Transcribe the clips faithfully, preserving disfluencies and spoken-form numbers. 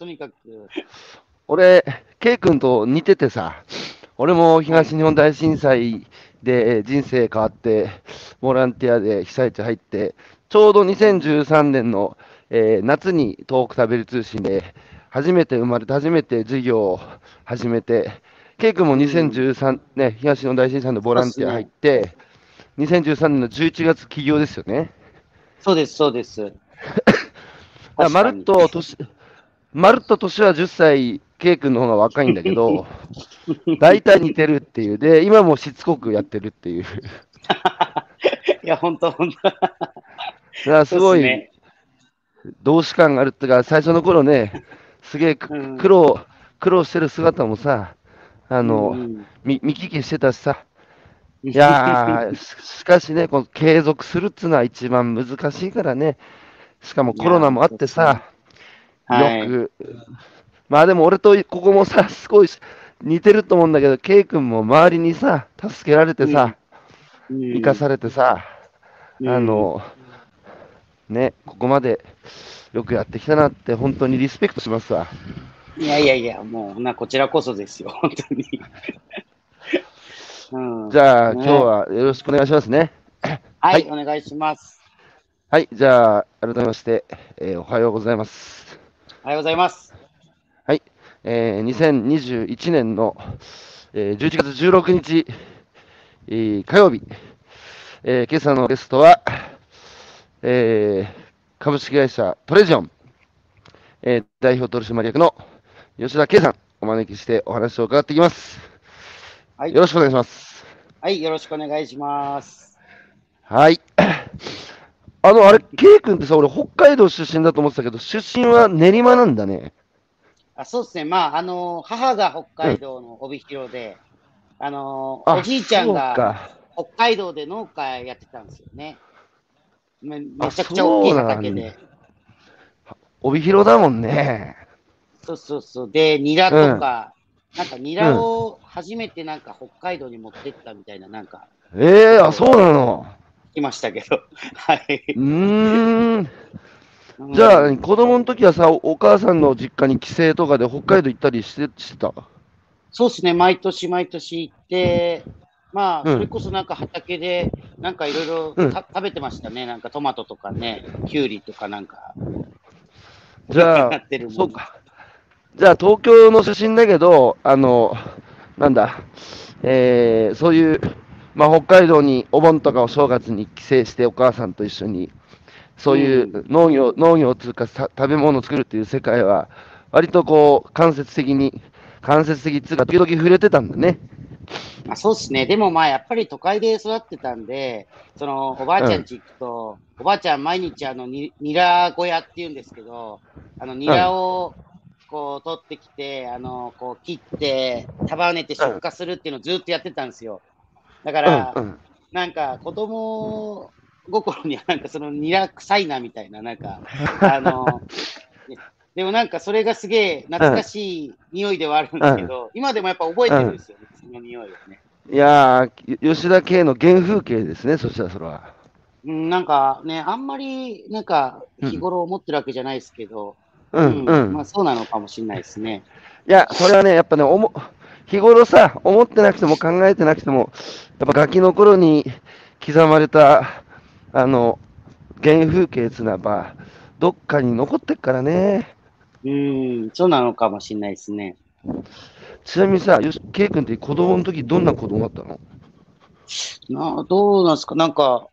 とにかく。 俺、ケイ君と似ててさ、俺もはい。 東日本大震災で人生変わって、ボランティアで被災地入って、ちょうどうん。 にせんじゅうさんねんの、えー夏に東北食べる通信で、初めて生まれて、初めて授業を始めて、ケイ君もうん。 にせんじゅうさんね、東日本大震災のボそうでランティア入っすね。 て、にせんじゅうさんねんのじゅういちがつ起業ですよね。 そうです、そうです。 だからまるっ確かに。 と年、まるっと年はじゅっさい、ケイ君の方が若いんだけど、大体似てるっていう。で、今もしつこくやってるっていう。 いや、本当本当。 だからそうすごいですね。 同志感があるっていうか、最初の頃ね、すげえくうん。 苦労、苦労してる姿もさ、あうの、 ん見見聞きしてたしさ、 うん。 いやー、ししかしね、この継続するっていうのは一番難しいからね、しかもいや、 コロナもあっそうですね。 てさ、よはい。 く、まあでも俺とここもさ、すごい似てると思うんだけど、ケイ君も周りにさ、助けられてうん。 さ、 うん。 生かされてさ、 うん。 あの、ね、ここまでよくやってきたなって、本当にリスペクトしますわ。 いやいやいや、もう、な、こちらこそですよ、本当に。うん。 じゃあ、今日ね。 はよろしくお願いしますね。 はい、 はい。 お願いします。 はい。じゃあ、改めまして、えーおはようございます。 おはようございます。 はい。えーにせんにじゅういちねんの、えーじゅういちがつじゅうろくにち、えー火曜日、えー今朝のゲストは、えー株式会社トレジョン、えー代表取締役の吉田圭さん、お招きしてお話を伺っていきます。 はい。 よろしくお願いします。 はい、よろしくお願いします。 はい。あの、あれ、ケイ君ってさ、俺、北海道出身だと思ってたけど、出身は練馬なんだね。 あ、そうですね。まあ、あの、母が北うん。 海道の帯広で、あの、おあ、 じいちゃんそうがか。 北海道で農家やってたんですよね。め、 あ、 めちゃくちゃ大きいそうなんだ。 畑で。 帯広だもんね。 そうそうそう。で、ニラうん。 とか、なんかニラうん。 を初めてなんか北海道に持ってったみたいななんかええー、あ、そうことをなの。 聞きましたけど。はうい。 ーん。 うじゃあ、 ん。 子供の時はさ、おお母さんの実家に帰省とかで北海道行ったりして、してた。 そうですね。毎年毎年行って、まあ、それうん。 こそなんか畑で、なんかいろいろうん。 食べてましたね。なんかトマトとかね、キュウリとかなんか、 じゃあ、 なってるもの。 そうか。じゃあ、東京の出身だけど、あの、なんだ、えー、そういう、まあ、北海道にお盆とかお正月に帰省してお母さんと一緒に、そういううん。 農業、農業というかさ食べ物を作るっていう世界は、割とこう、間接的に、間接的っていうか、時々触れてたんだね。 まあ、そうですね。でもまあ、やっぱり都会で育ってたんで、その、おばあうん、 ちゃん家行くと、おばあちゃん毎日あの、に、ニラ小屋って言うんですけど、あの、ニうん、 ラを、こう、取ってきて、あの、こう、切って、束ねてうん、 出荷するっていうのをずっとやってたんですよ。だかうん、 ら、 うん。 なんか、子供心にはなんかそのニラ臭いなみたいな、なんか、あの、ねでもなんかそれがすげえ懐かうん、 しい匂いではあるんでうん、 すけど、今でもやっぱ覚えうん。 てるんですよね、その匂いをね。 いやー、吉田圭の原風景ですね、そしたらそれは。 うん、なんかね、あんまりなんか日うん、 頃思ってるわけじゃないですけど、 うん、ううん、まあん。 そうなのかもしれないですね。 いや、それはね、やっぱね、おも日頃さ、思ってなくても考えてなくても、やっぱガキの頃に刻まれた、あの、原風景っていうのは、やっぱどっかに残ってっからね。 うん、そうなのかもしれないですね。 ちなみにさ、よし、ケイ君って子供の時どんな子供だったの？ な、どうなんですか、なんか、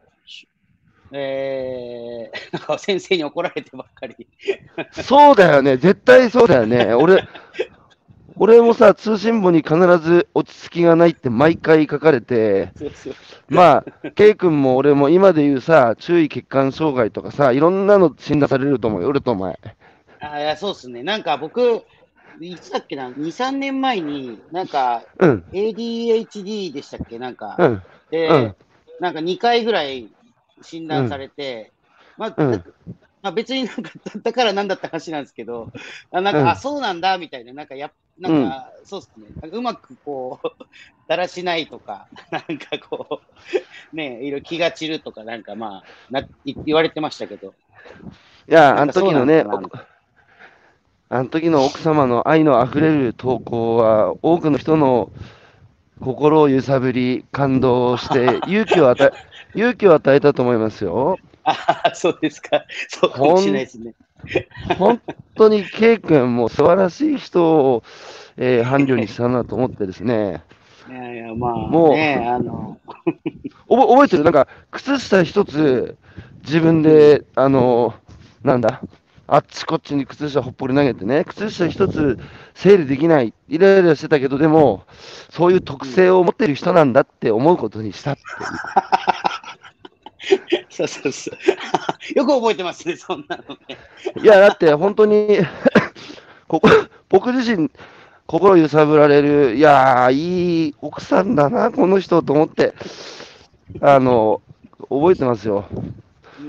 えー、なんか先生に怒られてばっかり。 そうだよね、絶対そうだよね。俺、俺もさ、通信簿に必ず落ち着きがないって毎回書かれて、 そうそう。 まあ、ケイ君も俺も今で言うさ、注意欠陥障害とかさ、いろんなの診断されると思うよ、俺とお前。 あ、いや、そうですね。なんか僕、いつだっけな、に、さんねんまえに、なんか、 うん、 エーディーエイチディー でしたっけなんか、 うん、うん、 で、なんかにかいぐらい診断さうん、 れて、まあ、だうん、 まあ、別になんか、だからなんだった話なんですけど、あ、なんか、あ、 うん、 そうなんだ、みたいな、なんか、や、なうん。 んか、そうですね。なんかうまくこう、だらしないとか、なんかこう、ね、いろいろ気が散るとか、なんかまあ、な、い言われてましたけど、 いや、あのなんかそうな時のね、おのかな、みたいあの時の奥様の愛のあふれる投稿は、多くの人の心を揺さぶり、感動して、勇気を与え、勇気を与えたと思いますよ。 ああ、そうですか。そうかもしれないほん、 ですね。 本当に K 君も素晴らしい人を、えー伴侶にしたなと思ってですね、 いやいや、まあもね、あの、 う、覚覚えてるなんか、靴下一つ、自分うん、 で、あの、なんだ、あっちこっちに靴下ほっぽり投げてね、靴下一つ整理できない、イライラしてたけど、でも、そういう特うん。 性を持ってる人なんだって思うことにしたっていう。 そうそうそう。よく覚えてますね、そんなのね。 いや、だって本当にここ、僕自身、心揺さぶられる、いやー、いい奥さんだな、この人と思って、あの、覚えてますよ。 うん。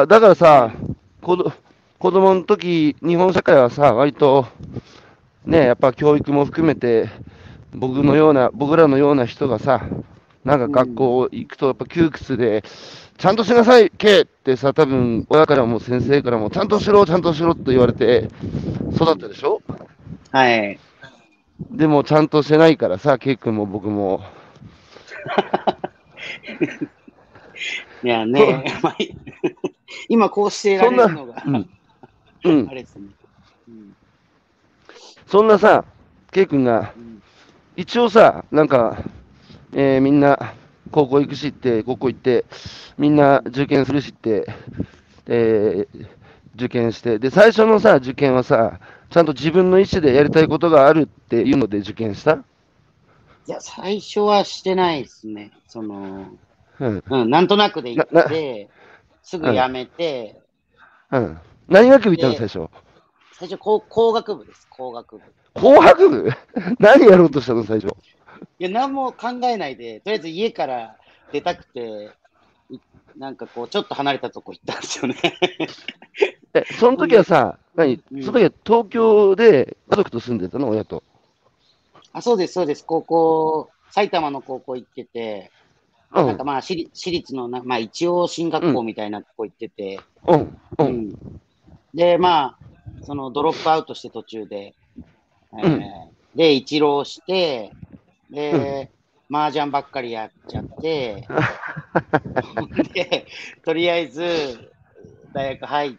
だ、だからさ、 ね、 子ど子供の時、日本社会はさ、割と、ね、やっぱ教育も含めて、僕のような、僕らのような人がさ、なんか学うん。 校行くと、やっぱ窮屈で、ちゃんとしなさい、K ってさ、多分親からも先生からも、ちゃんとしろ、ちゃんとしろって言われて、育ったでしょ。 はい。 でも、ちゃんとしてないからさ、K 君も僕も。 いやそ、 ね、まあ、今こうしてらそんな、 れるのがうん、うん、 あれですね。うん。 そんなさ、K 君が、 うん。 一応さ、なんか、えーみんな高校行くしって、高校行って、みんな受験するしって、えー受験して、で、最初のさ、受験はさ、ちゃんと自分の意思でやりたいことがあるっていうので受験した。 いや、最初はしてないですね。その、 うん。 うん、なんとなくで行っな、な、 て、すぐうん、 辞めて、 うん。何学部行ったの、最で、 初。 最初工、工学部です、工学部。 工学部何やろうとしたの、最初。 いや、何も考えないで、とりあえず家から出たくて、いなんかこう、ちょっと離れたとこ行ったんですよね。 え、そのほんで、 時はさ、何うん。 その時は東京で家族と住んでたの、親と。 あ、そうです、そうです。高校、埼玉の高校行ってて、 うん、 なんかまあ私立、私立のな、まあ一応進学うん、 校みたいなとこ行ってて、 うん、うん、 うん。で、まあ、そのドロップアウトして途中で、えうん、 ー、で、一浪して、 うん。 で、麻雀ばっかりやっちゃって、ほんで、とりあえず、大学入って、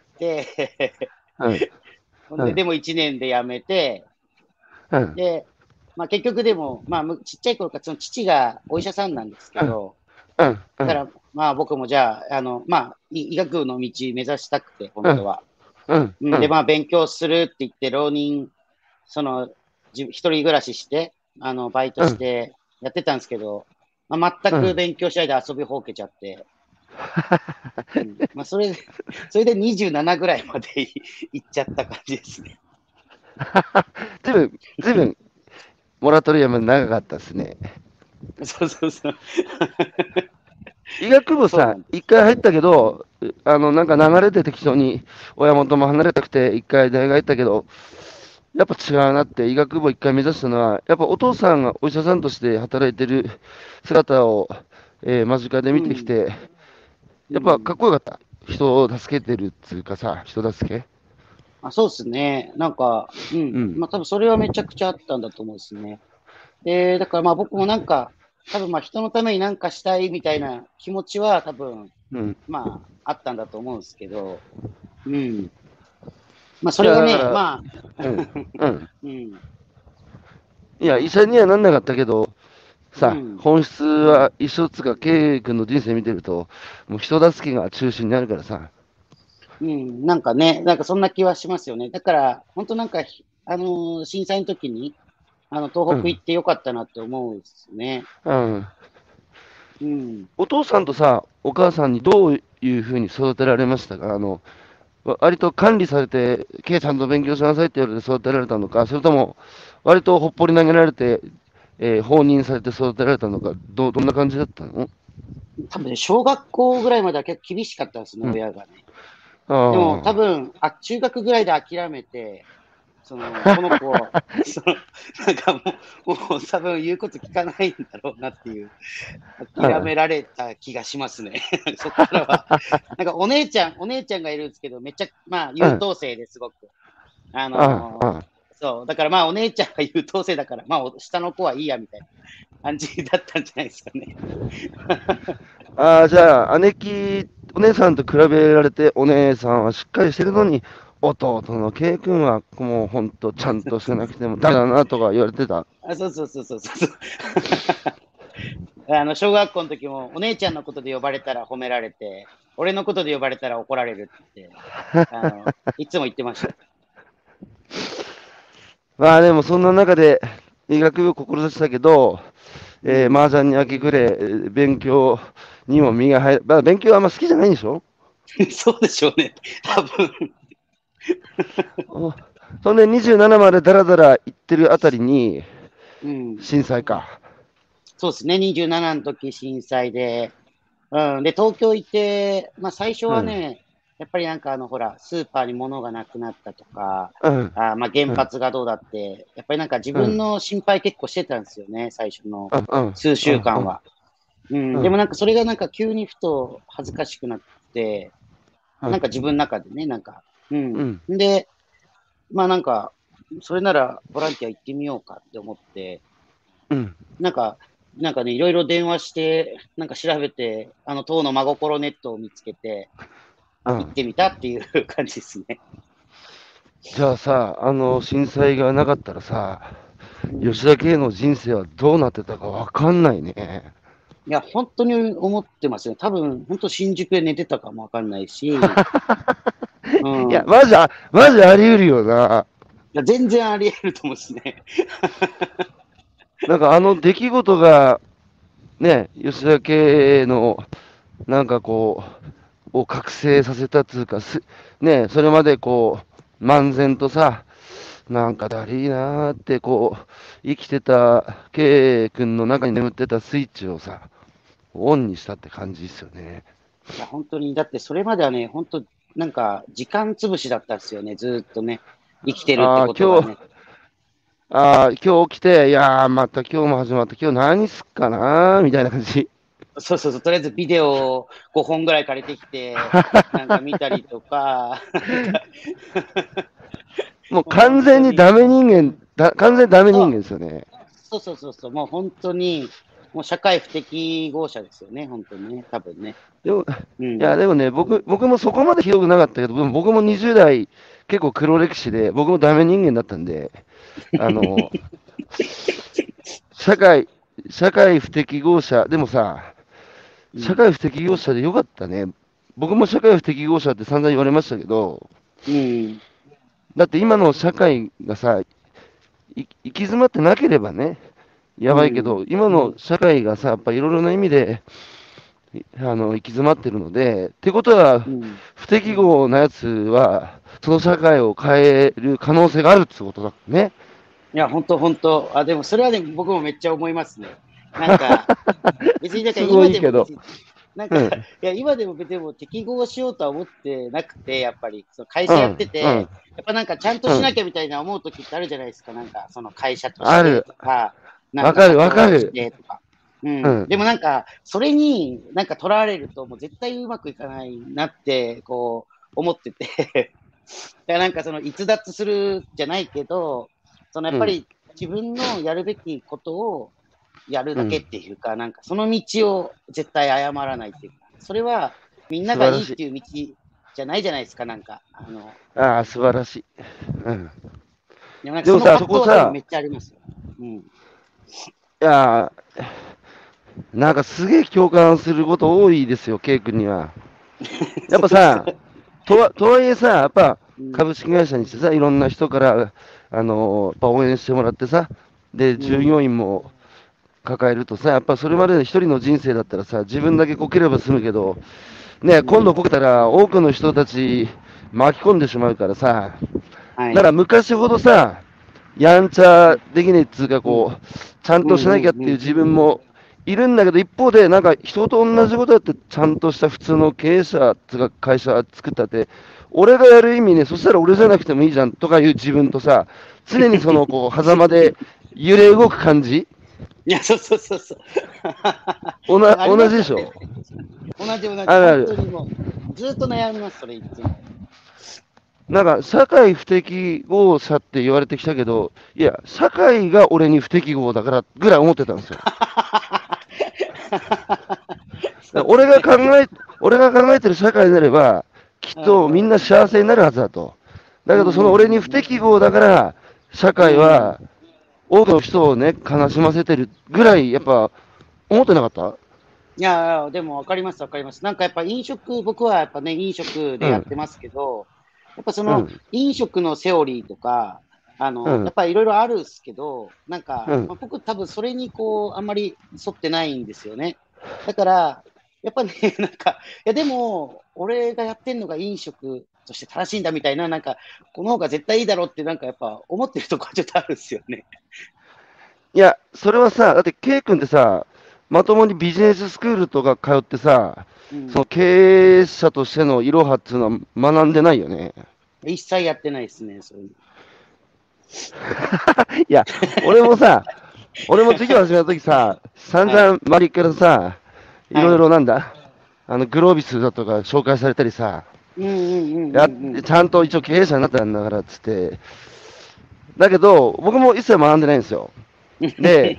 うん、 ほんで、 うん、 でもいちねんで辞めて、 うん、 で、まあ結局でも、まあむちっちゃい頃からその父がお医者さんなんですけうん、 ど、 うん、うん、 だからまあ僕もじゃあ、あの、まあ医医学部の道目指したくて、本うん、 当は。 うん、 うん、で、 うん、 まあ勉強するって言って、浪人、その、じ一人暮らしして、あの、バイトうん。 してやってたんですけど、まあ、全く勉強しないで遊びほうけちゃって、うん。まあ、それで、それでにじゅうななぐらいまで行っちゃった感じですね。 ずいぶん、ずいぶん、モラトリアム長かったですね。 そうそうそう。 医学部さ、 そうなんです。 一回入ったけど、あの、なんか流れで適当に親元も離れたくて、一回大学入ったけど、やっぱ違うなって、医学部を一回目指したのは、やっぱお父さんがお医者さんとして働いてる姿を、えー間近で見てきうん。 て、やっぱかうん。 っこよかった。人を助けてるっていうかさ、人助け。 あ、そうですね。なんか、うん。 うん。 まあ多分それはめちゃくちゃあったんだと思うんですね。で、だからまあ僕もなんか、多分まあ人のためになんかしたいみたいな気持ちは多分、 うん。 まああったんだと思うんですけど、うん。まあそいや、 れがね、 だから、 まあ、 うん。うん。 うん。 いや、医者にはなんなかったけど、さ、 うん。 本質は一緒っつうか、K 君の人生見てると、もう人助けが中心になるからさ。 うん。なんかね、なんかそんな気はしますよね。だから、本当なんか、あのー震災の時に、あの、東北行うん。 ってよかったなって思うんですね。 うん。 うん。 お父さんとさ、お母さんにどういうふうに育てられましたか？あの、わ割と管理されて、K ちゃんと勉強しなさいって言われて育てられたのか、それとも、割とほっぽり投げられて、えー放任されて育てられたのか、どう、どんな感じだったの？ 多分ね、小学校ぐらいまでは結構厳しかったですね、 うん。 親がね。でも多あ分、あ、中学ぐらいで諦めて、その、この子、その、なんかもう、もう多分言うこと聞かないんだろうなっていう、 あ、うん。 諦められた気がしますね。そっからは。なんかお姉ちゃん、お姉ちゃんがいるんですけど、めっちゃ、まあ優うん。 等生ですごく。 あのああ、 ーそう、だからまあお姉ちゃんが優等生だから、まあお下の子はいいやみたいな感じだったんじゃないですかね。 ああ、じゃあ、姉貴、お姉さんと比べられて、お姉さんはしっかりしてるのに、弟の K 君はもう本当、ちゃんとしてなくてもダメだなとか言われてた。 あ、そうそうそうそうそう。あの小学校の時もお姉ちゃんのことで呼ばれたら褒められて、俺のことで呼ばれたら怒られるってあのいつも言ってました。 まあでも、そんな中で、医学部を志したけど、えー、麻雀に明け暮れ、えー勉強にも身が入る。まあ、勉強はあんま好きじゃないんでしょ？ そうでしょうね、多分。 おそんでにじゅうななまでだらだら行ってるあたりに、 うん、 震災か。 そうですね、にじゅうななの時震災で、うん、で、東京行って、まあ最初うん。 はね、やっぱりなんかあの、ほら、スーパーに物がなくなったとか、 うん。 あまあ原うん。 発がどうだって、やっぱりなんか自うん。 分の心配結構してたんですよね、最初のうん。うん。 数うん。 週間は。うん、 うん。 でもなんかそれがなんか急にふと恥ずかしくなって、 うん。 なんか自分の中でね、なんか、うん。 うん。 で、まあなんか、それならボランティア行ってみようかって思って、 うん。 なんか、なんかね、いろいろ電話して、なんか調べて、あの、当の真心ネットを見つけて、 うん。 行ってみたっていう感じですね。 じゃあさ、あの震災がなかったらさ、 うん。 吉田圭の人生はどうなってたかわかんないね。 いや、本当に思ってますよ。多分、本当新宿で寝てたかもわかんないし、ういや、 ん。 マジあ、マジあり得るよな。 いや、全然あり得ると思うしね。 なんかあの出来事が、ね、吉田圭の、なんかこう、を覚醒させたっていうか、すね、それまでこう、漫然とさ、なんかだりーなーってこう、生きてた K 君の中に眠ってたスイッチをさ、オンにしたって感じですよね。 いや、本当に、だってそれまではね、本当、なんか、時間潰しだったんですよね、ずーっとね。生きてるってああ、今日、 ことがね。 ああ、今日起きて、いやー、また今日も始まった、今日何すっかなーみたいな感じ。 そうそうそう、とりあえずビデオをごほんぐらい借りてきて、なんか見たりとか、なんかもうもう本完全に当に、 ダメ人間、だ完全にダメ人そう間ですよね。 そうそうそうそう、もう本当に、もう社会不適合者ですよね、本当にね、多分ね。 でも、 うん。 いや、でもね、僕、僕もそこまでひどくなかったけど、でも僕もにじゅう代、結構黒歴史で、僕もダメ人間だったんで、あの、社会、社会不適合者、でもさ、 うん。 社会不適合者でよかったね。僕も社会不適合者って散々言われましたけど、 うん。 だって今の社会がさ、い行き詰まってなければね、やうん。 ばいけど、今の社会がさ、やっぱいろいろな意味で、いあの、行き詰まってるので、ってことは、 うん。 不適合なやつは、その社会を変える可能性があるってことだね。 いや、本当本当あ、でもそれはね、僕もめっちゃ思いますね。なんか、別に、だからすご今いけど。 でも別に、なんか、いうん。 や、今でも別にもう適合しようとは思ってなくて、やっぱり、その会社やってうん。うん。 て、やっぱなんかちゃんとうん。 しなきゃみたいな思う時ってあるじゃないですか。なんか、その会社としてある。 とか、なんかわかる、 社長としわかる。 てとか。うん。 うん。 でもなんか、それになんか取られるともう絶対うまくいかないなって、こう、思っててだからなんかその逸脱するじゃないけど、そのやっうん。 ぱり自分のやるべきことをやるだけっうん。 ていうか、なんかその道を絶対誤らないっていうか、それはみんなが素晴らしい。 いいっていう道じゃないじゃないですか、なんか。あの、 ああ、素晴らしい。うん。 でもなんかそのでもさ、そ葛藤は多分こさ、 めっちゃありますよ。うん。 いやー、なんかすげえ共感すること多いですよ、ケイ君には。やっそうですか。 ぱさ、とは、とはいえさ、やっぱうん。 株式会社にしてさ、いろんな人から、あのーやっぱ応援してもらってさ、で、従うん。 業員も抱えるとさ、やっぱそれまでの一人の人生だったらさ、自分だけこければ済むけど、ね、 うん。 今度こけたら多くの人たち巻き込んでしまうからさ、 はい。 だから昔ほどさ、やんちゃできねえっつうか、 うん。 こう、ちゃんとしうん。うん。 なきゃっていううん。 自分もいるんだけど、一方で、なんか人と同じことやって、ちゃんとした普通の経営者つうか会社作ったって、俺がやる意味ね、そしたら俺じゃなくてもいいじゃんとかいう自分とさ、常にその、こう、狭間で揺れ動く感じ、 いや、そうそうそうそう。 おなあり同じでしょ？ ますよね。同じ同じ。本あるある。 当にもう、ずっと悩みます、それいつも。 なんか、社会不適合者って言われてきたけど、いや、社会が俺に不適合だからぐらい思ってたんですよ。 そうですね。 俺が考え、俺が考えてる社会になれば、きっとみんな幸せになるはずだと。だけど、その俺に不適合だから、社うんうんうん。 会は多くの人をね、悲しませてるぐらい、やっぱ、思ってなかった？ いやいや、でも分かります、分かります。なんかやっぱ飲食、僕はやっぱね、飲食でうん、 やってますけど、やっぱそのうん、 飲食のセオリーとか、あの、やうん、 っぱいろいろあるっすけど、なんか、 うん。 まあ、僕多分それにこう、あんまり沿ってないんですよね。だから、やっぱね、なんか、いやでも、俺がやってんのが飲食として正しいんだみたいな、なんか、この方が絶対いいだろうって、なんかやっぱ思ってるとこはちょっとあるっすよね。 いや、それはさ、だって、ケイ君ってさ、まともにビジネススクールとか通ってさ、 うん。 その経営者としてのいろはっていうのは学んでないよね。 一切やってないですね、そういうの。 いや、俺もさ、俺も授業始めたときさ、散はい。 々周りからさ、いはい。 ろいろなんだ、あのグロービスだとか紹介されたりさ、 うんうんうんやうんうん。 ちゃんと一応経営者になったんだからっつって、だけど、僕も一切学んでないんですよ。で、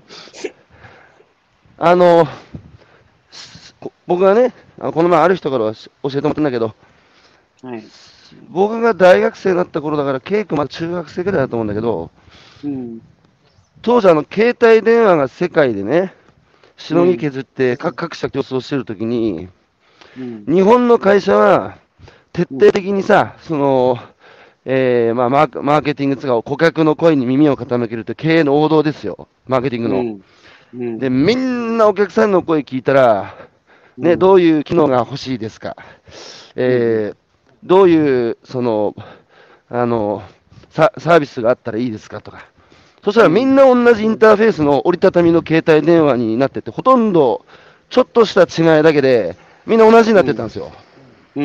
あの、僕がね、あこの前ある人から教えてもらったんだけど、 はい。 僕が大学生になった頃だから、ケイ君まだ中学生ぐらいだと思うんだけど、 うん。 当時あの、携帯電話が世界でね、しのぎうん。 削って各各社競争してるときに、 うん。 日本の会社は徹うん。 底的にさ、その、えーまあ、マークマーケティングとか顧客の声に耳を傾けると経営の王道ですよ、マーケティングの。 うん。うん。 で、みんなお客さんの声聞いたら、ね、 うん。 どういう機能が欲しいですか、 うん。 えーどういう、その、あの、ササービスがあったらいいですかとか。そしたらみんな同じインターフェースの折りたたみの携帯電話になってて、ほとんどちょっとした違いだけで、みんな同じになってたんですよ。 うん。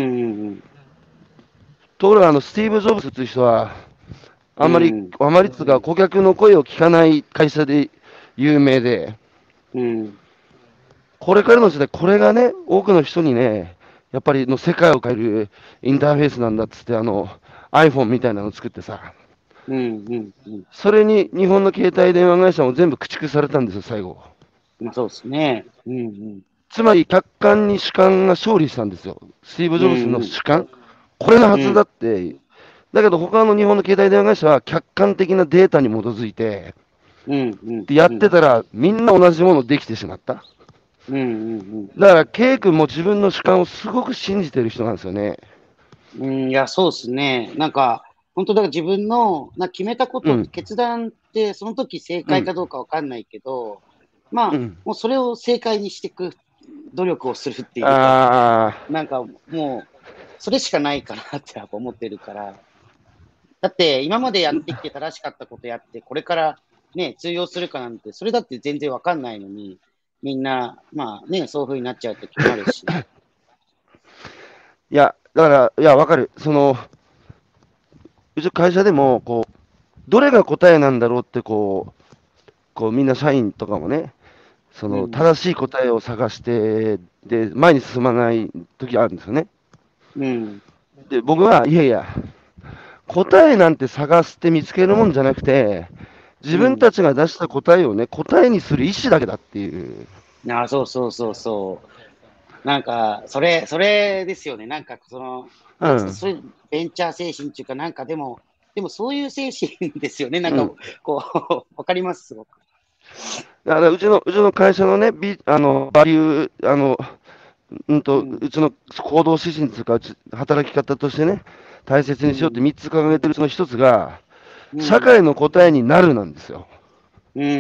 ところが、あの、スティーブ・ジョブズという人は、あんまり、 うん。 あまりつが顧客の声を聞かない会社で有名で、 うん。 これからの時代、これがね、多くの人にね、やっぱりの世界を変えるインターフェースなんだっつって、あの、iPhone みたいなのを作ってさ、 うん。うん。うん。 それに日本の携帯電話会社も全部駆逐されたんですよ、最後。 まあそうですね。うん。 つまり、客観に主観が勝利したんですよ。スティーブ・うん。 ジョブズのうん。 主観。これのはずだうん。 って。だけど、他の日本の携帯電話会社は客観的なデータに基づいて、 うん。うん。 でやっうん。 てたら、みんな同じものできてしまった。 うん。 だから、K 君も自分の主観をすごく信じてる人なんですよね。 うん。いや、そうですね。なんか、本当だから自分の、な決めたこと、 うん、 決断ってその時正うん、 解かどうかわかんないけど、まあ、 うん。 もうそれを正解にしていく努力をするっていうか、 あなんかもう、それしかないかなってやっぱ思ってるから。だって今までやってきて正しかったことやって、これからね、通用するかなんて、それだって全然わかんないのに、みんな、まあね、そういう風になっちゃう時もあるし。 いや、だから、いや、わかる。その、うちの会社でも、こう、どれが答えなんだろうって、こう、こうみんな社員とかもね、そのうん、 正しい答えを探して、で、前に進まない時あるんですよね。 うん、 で、僕は、いやいや、答えなんて探して見つけるもんじゃなくて、自うん。 分たちが出した答えをね、答えにする意思だけだっていう。 ああ、そうそうそうそう。なんか、それ、それですよね。なんか、その、なんつうか、 うん。 そういうベンチャー精神っていうか、なんかでも、でもそういう精神ですよね。なんか、 うん。 こう、わかります、すごく。 だからうちの、うちの会社のね、ビあの、バリュー、あの、うんと、 うん、 うちの行動指針というか、うち働き方としてね、大切にしようってうん、 みっつ掲げてるうちのひとつが、 うん、 社会の答えになるなんですよ。 うん、うん、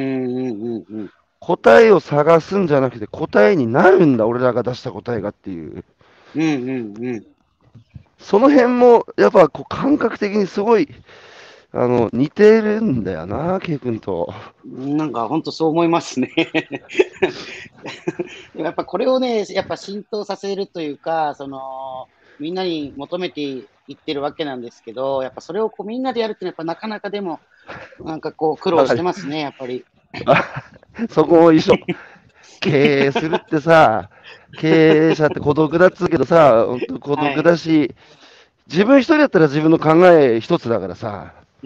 うん、 答えを探すんじゃなくて、答えになるんだ、俺らが出した答えがっていう。 うん、うん、うん。 その辺も、やっぱこう感覚的にすごい、あの、似てるんだよな、ケイ君と。 なんか本当そう思いますね。でもやっぱこれをね、やっぱ浸透させるというか、その、みんなに求めていってるわけなんですけど、やっぱそれをこうみんなでやるってやっぱなかなかでも、なんかこう苦労わかる。 してますね、やっぱり。 あそこも一緒。経営するってさ、経営者って孤独だっつうけどさ、本当孤独はい。 だし、 自分一人だったら自分の考え一つだからさ、 うん。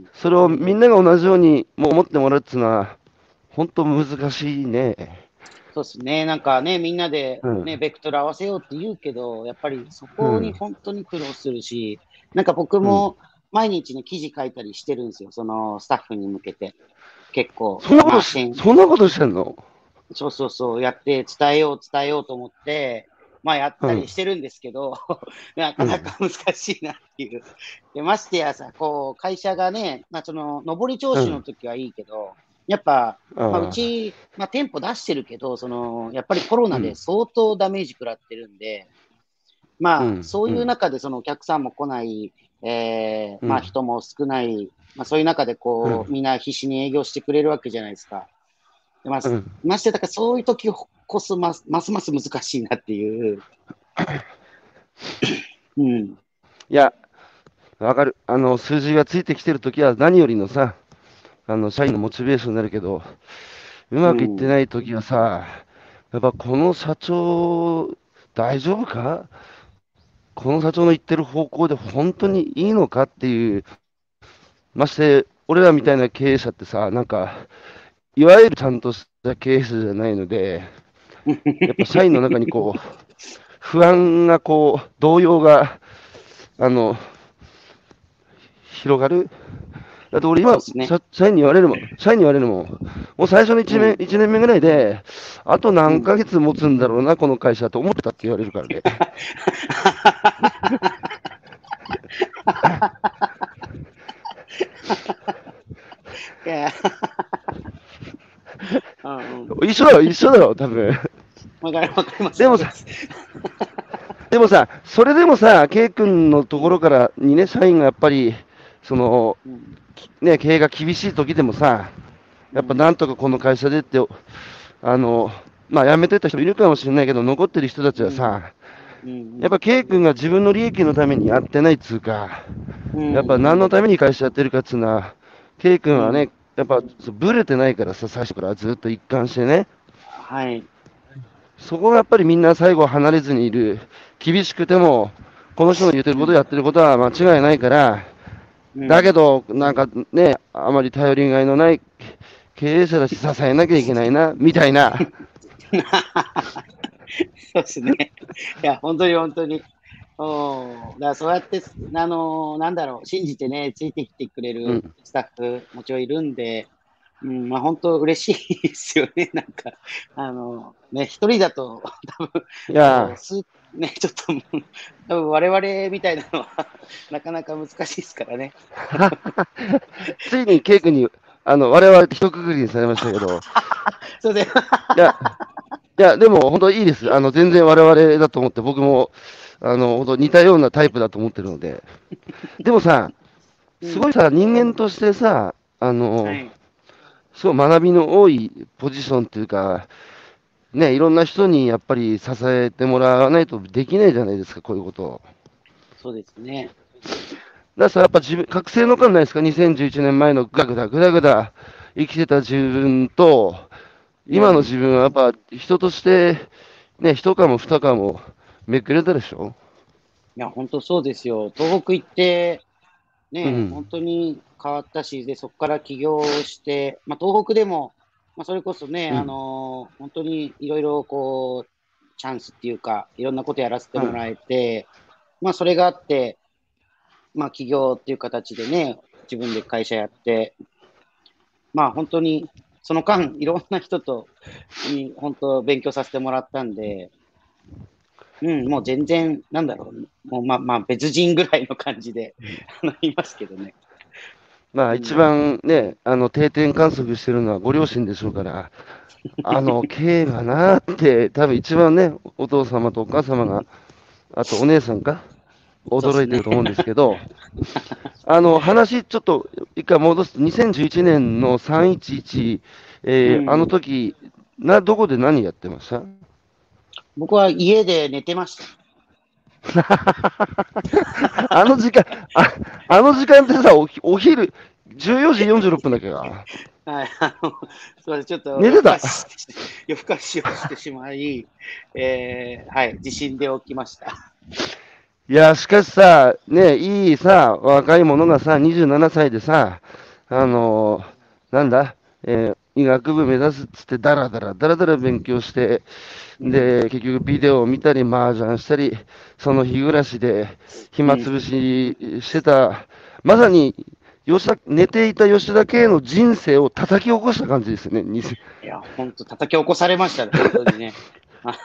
それをみんなが同じようにもう思ってもらうっていうのは、本当難しいね。 そうですね。なんかね、みんなでうん。 ね、ベクトル合わせようって言うけど、やっぱりそこにうん。 本当に苦労するし、なんか僕うん。 も毎日ね、記事書いたりしてるんですよ。そのスタッフに向けて。結構、 そんなことし、 まあ、けん、 そんなことしてんの？ そうそうそう、やって伝えよう、伝えようと思って、まあやっうん。 たりしてるんですけど、なかうん。 なか難しいなっていう。で、ましてやさ、こう、会社がね、まあその、上り調子のうん。 時はいいけど、やっぱ、まあうああ。 ち、まあ店舗出してるけど、その、やっぱりコロナでうん。 相当ダメージ食らってるんで、まあうん。 そういううん。 中でそのお客さんも来ない、えー、 うん。 まあ人も少ない、まあそういう中でこう、 うん。 みんな必死に営業してくれるわけじゃないですか。まあ、 うん。 まして、だからそういう時こそます、ますます難しいなっていう。うん。 いや、わかる。あの、数字がついてきてるときは何よりのさ、あの、社員のモチベーションになるけど、うまくいってうん。 ないときはさ、やっぱこの社長、大丈夫か？この社長の言ってる方向で本当にいいのかっていう、まして、俺らみたいな経営者ってさ、なんか、いわゆるちゃんとした経営者じゃないので、やっぱ社員の中にこう、不安がこう、動揺が、あの、広がる。だって俺今、 そうですね。 社社員に言われるもん、社員に言われるもん、もう最初の1年、 うん。 一年目ぐらいで、あとうん。 何ヶ月持つんだろうな、この会社と思ってたって言われるからね。 いや、うんうん。 一緒だろ、一緒だろ、多分。 わかり、わかります、 でもさ、 わかります。 でもさ、それでもさ、K 君のところからにね、社員がやっぱり、その、 うん。 ね、経営が厳しい時でもさ、やっぱうん。 なんとかこの会社でって、あの、まあ辞めてった人もいるかもしれないけど、残ってる人たちうん。 はさ、 うん。 やっぱ K 君が自分の利益のためにやってないっつうか、 うやっぱ何のん。 ために会社やってるかっつうのは、K 君はね、 うん。 やっぱブレてないからさ、最初からずっと一貫してね、 はい。 そこがやっぱりみんな最後離れずにいる、厳しくても、この人の言ってること、 うん。 やってることは間違いないから、 うん。 だけど、なんかね、あまり頼りがいのない経営者だし、支えなきゃいけないな、みたいな。 そうですね。いや、本当に本当に。おだからそうやって、あのーなんだろう、信じてね、ついてきてくれるうん。 スタッフもちろんいるんで、うん、まあ本当嬉しいですよね。なんか、あのね、一人だと多分、 いやこう、す、ね、ちょっと、多分我々みたいなのはなかなか難しいですからね。 ー、ついにケイ君に、あの、我々一括りにされましたけど、 それで、 いや、いや、でも本当いいです。あの、全然我々だと思って、僕も、あの、本当似たようなタイプだと思ってるので。でもさ、 うん、 すごいさ、人間としてさ、あの、 はい、 すごい学びの多いポジションっていうか、ね、いろんな人にやっぱり支えてもらわないとできないじゃないですか、こういうことを。 そうですね。 だからさ、やっぱ自分、覚醒の感ないですか？ にせんじゅういち 年前のぐだぐだぐだぐだ生きてた自分と、今のうん。 自分はやっぱ人として、ね、一かも二かもめくれたでしょ？ いや、本当そうですよ。東北行って、ね、本うん。 当に変わったし、で、そこから起業して、まあ、東北でも、まあ、それこそね、あうん。 のー本当にいろいろこう、チャンスっていうか、いろんなことやらせてはい。 もらえて、まあ、それがあって、まあ、起業っていう形でね、自分で会社やって、まあ、本当に、その間、いろんな人と、に、本当、勉強させてもらったんで、うん、もう全然、なんだろう、もうまあまあ別人ぐらいの感じで、あの、いますけどね。 まあ一うん。 番ね、あの定点観測してるのはご両親でしょうから、あの、K がなーって、多分一番ね、お父様とお母様が、あとお姉さんか、 そうですね。 驚いてると思うんですけど、あの、話ちょっと一回戻すと、にせんじゅういちねんのさんいちいち、えーあのうん。 時、な、どこで何やってました？ 僕は家で寝てました。 あの時間、あ、あの時間ってさ、おひ、お昼、じゅうよじよんじゅうろっぷんだっけか。 はい。あの、すみません。ちょっと夜更か寝てた。 しして、夜更かしをしてしまい、えー、はい。地震で起きました。 いや、しかしさ、ね、いいさ、若い者がさ、にじゅうななさいでさ、あのなんだ、えー医学部目指すっつって、だらだら、だらだら勉強して、 うん。 で、結局ビデオを見たり、麻雀したり、その日暮らしでうん。 暇つぶししてた、まさに吉田、寝ていた吉田圭の人生を叩き起こした感じですよね。にせいや、ほんと叩き起こされましたね、本当にね。あ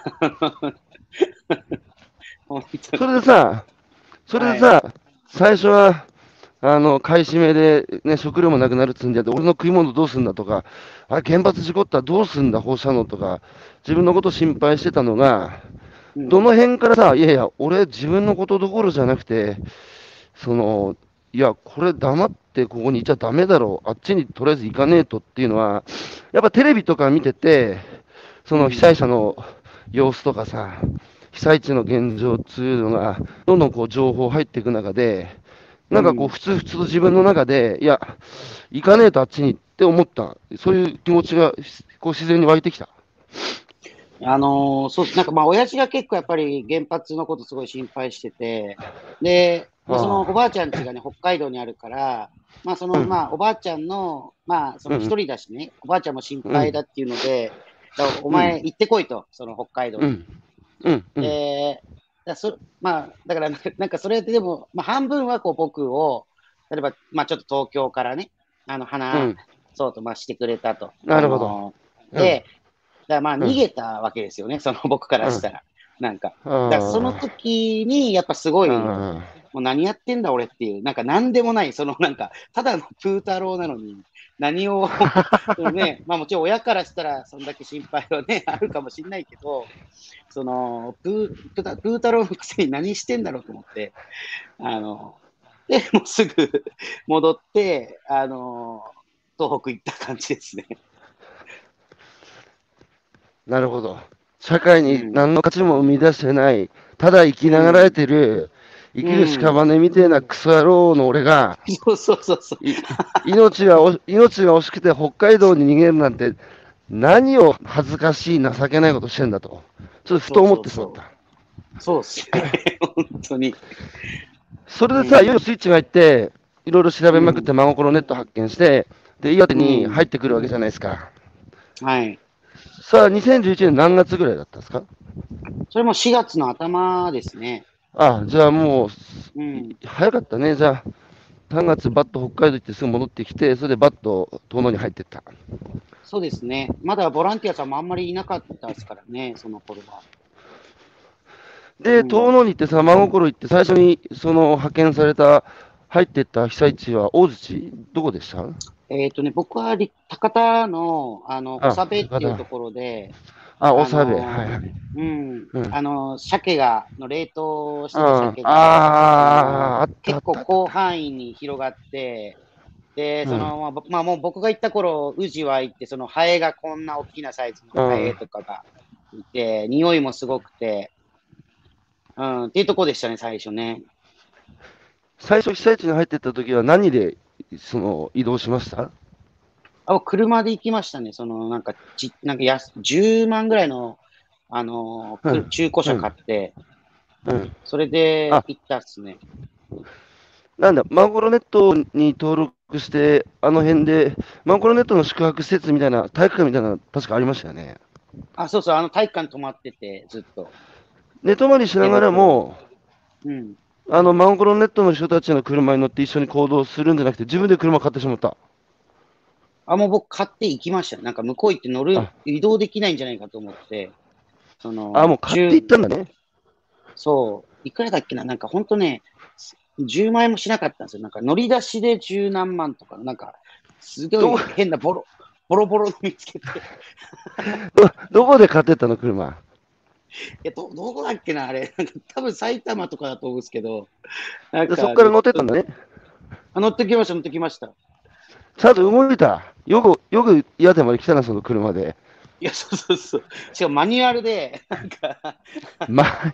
本当に。 それでさ、それはい。 でさ、最初は、あの、買い占めで、ね、食料もなくなるっつうんで、俺の食い物どうすんだとか、あれ、原発事故ったらどうすんだ、放射能とか、自分のこと心配してたのが、 うん。 どの辺からさ、いやいや、俺、自分のことどころじゃなくて、その、いや、これ黙ってここにいちゃダメだろう、あっちにとりあえず行かねえとっていうのは、やっぱテレビとか見てて、その被うん。 災者の様子とかさ、被災地の現状っていうのが、どんどんこう情報入っていく中で、なんかこう、 うん。 ふつふつと自分の中で、いや、行かねえとあっちにって思った、そういう気持ちがこう自然に湧いてきた。 あのーそう、なんかまあ、親父が結構やっぱり原発のことすごい心配してて、で、まあ、そのおばああちゃん家がね、北海道にあるから、まあ、そあ、うの、 ん、 まあ、おばあちゃんの、まあ、その一うん、 人だしね、おばあちゃんも心うん、 配だっていうので、だからおうん、 前行ってこいと、その北海道に。 うん、うん、うん、 で、だそまあ、だからな、なんかそれででも、まあ、半分はこう僕を、例えば、まあ、ちょっと東京からね、あの、話うん、 そうと、まあ、してくれたと。あなるほど。 のうん、 で、だからまあうん、 逃げたわけですよね、その僕かうん、 らしたら。なんか。だからそのあ時に、やっぱすごあ、 い、 あもう何やってんだ俺っていう、なんか何でもない、そのなんか、ただのプー太郎なのに、何をそのね、まあもちろん親からしたらそんだけ心配はね、あるかもしれないけど、そのプー、プープー太郎のくせに何してんだろうと思って、あの、で、もうすぐ戻って、あの、東北行った感じですね。 なるほど。社会にうん。 何の価値も生み出してない、ただ生きうながらえん。 てる、生うきるん。 屍みてえなクソ野郎の俺が、 そうそうそうそう。 い命がお命が惜しくて北海道に逃げるなんて、何を恥ずかしい、情けないことしてんだと、ちょっとふそうと思そうそう。 ってしまった。 そうっすね。本当に。 それでさ、いよいようん。 スイッチが入って、いろいろ調べまくって、 うん。 真心ネット発見して、で、岩手うん。 に入ってくるわけじゃないですか。 はい。 さあ、にせんじゅういちねん何月ぐらいだったんですか？ それもしがつの頭ですね。 あ、じゃあもう、いうん。 早かったね。じゃあ、さんがつバッと北海道行ってすぐ戻ってきて、それでバッと遠野に入ってった。 そうですね。まだボランティアさんもあんまりいなかったですからね、その頃は。うで、遠ん。 野に行ってさ、真心行って最初にその派遣された、入ってった被災地は大槌どこでした？ えっとね、僕はり高田の、あの、 あ、 長部って高田。 いうところで、 あ、 あ長部。はのいはい。 ーうん、 うん。 あのー鮭が、の冷凍してたあ鮭が、あのあ、あーったあ結構ったあったあった。 広範囲に広がって、で、 うん。 その、まあ、ぼまあ、もう僕が行った頃、宇治は行って、そのハエがこんな大きなサイズのハエうん。 とかがいて、匂いもすごくて、うん、っていうところでしたね、最初ね。 最初被災地に入ってった時は何でその移動しました？ あ、車で行きましたね。その、なんか、ち、なんか安、じゅうまんぐらいの、あのーくうん。 中古車買うん。 って、 うん。 それであ、 行ったっすね。 なんだ、マンゴロネットに登録して、あの辺で、マンゴロネットの宿泊施設みたいな、体育館みたいな、確かありましたよね。 あ、そうそう、あの体育館泊まってて、ずっと。 寝泊まりしな寝がら袋で。 も、 うん。 あの、マンゴロネットの人たちの車に乗って一緒に行動するんじゃなくて、自分で車買ってしまった。 あ、もう僕買って行きましたね。なんか向こう行って乗る、 あ、 移動できないんじゃないかと思って、そあ、もの、 う買っていじゅう、 ったんだね。 そう、いくらだっけな、なんかほんとね、じゅうまん円もしなかったんですよ。なんか乗り出しでじゅうなんまんとか、なんか、すごどこ、 い変なボロ、ボロボロの見つけて。 ど、どこで買ってったの、車。 いや、ど、どこだっけな、あれ。なんか多分埼玉とかだと思うんですけど、なんで、そこかね、 から乗ってっちょっと、 たんだね。 あ乗ってきました、乗ってきました。 ちゃんと動いた。よく、よく岩手まで来たな、その車で。 いや、そうそうそう。しかもマニュアルで、なんか、 まあ、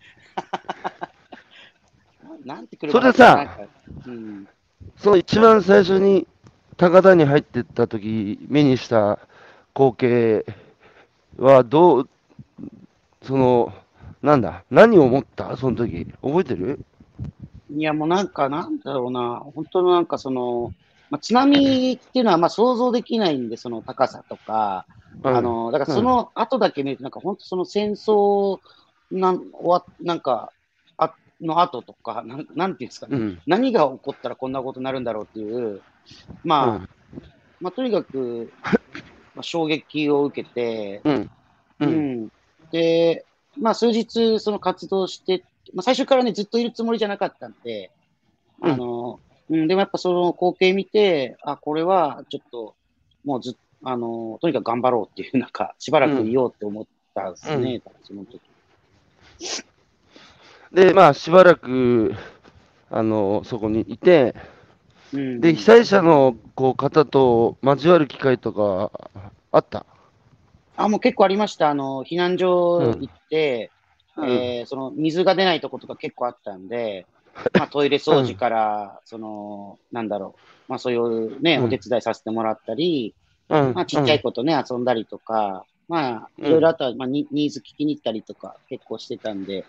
ななんてそ車だっけな、なんれでさ、 か、うん。 その一番最初に高田に入ってった時、目にした光景は、どう、その、 なんだ何を思ったその時。覚えてる？ いや、もうなんか、なんだろうな、本当のなんかその、まあ、津波っていうのはまあ想像できないんで、その高さとか、 うん。 あの、だからうん。 その後だけ見ると、なんか本当その戦争なん、終わなんか、あ、の後とか、なん、なんていうんですかね、 うん。 何が起こったらこんなことになるんだろうっていう、まあ、 うん。 まあ、とにかく、まあ、衝撃を受けて、 うん。うん。 うん。で、まあ、数日、その活動して、まあ、最初からね、ずっといるつもりじゃなかったんで、 うん。 あの、うん、でもやっぱその光景見て、あ、これはちょっと、もうずっあの、とにかく頑張ろうっていう、なんか、しばらくいうん。 ようって思ったんでうん。 すね、多分その時。 で、まあ、しばらく、あの、そこにいて、 うで、被ん。 災者のこう方と交わる機会とかあった？ あ、もう結構ありました。あの、避難所行うん。 って、 うん。 えーその水が出ないとことか結構あったんで、まあトイレうん。 掃除から、その、なんだろう、まあそういうね、 うん。 お手伝いさせてもらったり、 うん。 まあちっちゃいうん。 子とね、遊んだりとか、まあいろいろあうん。 とは、まあニニーズ聞きに行ったりとか結構してたんで、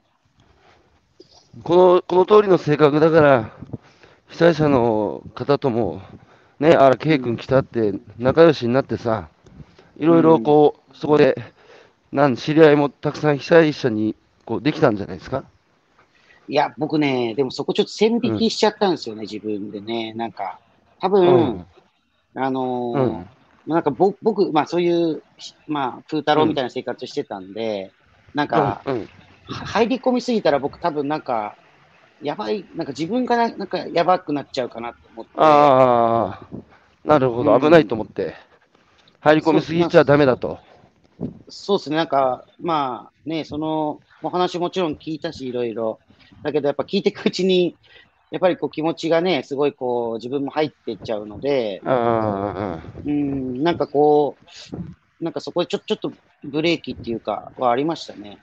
この、この通りの性格だから、被災者の方とも、ね、あら、 うん、 K 君来たって仲良しになってさ、いろいろうん。 こう、そこで、なん、知り合いもたくさん被災者にこうできたんじゃないですか？ いや、僕ね、でもそこちょっと線うん。 引きしちゃったんですよね、自分でね。なんか、多分、 うん。 あのうん。 ーなんかぼ僕、まあそういう、まあ、風太うん。 郎みたいな生活してたんで、なんうん。 か、 うん。 は入り込みすぎたら僕多分なんか、やばい、なんか自分がななんかやばくなっちゃうかなと思って、 ああ、なるほど。危ないうん、 と思って。入り込そう、な、 みすぎちゃダメだと。 そうですね、なんか、まあね、その、お話もちろん聞いたし、いろいろ。だけどやっぱ聞いていくうちに、やっぱりこう気持ちがね、すごいこう自分も入っていっちゃうので、 ああ、 うん、なんかこう、なんかそこでちょ、ちょっとブレーキっていうかはありましたね。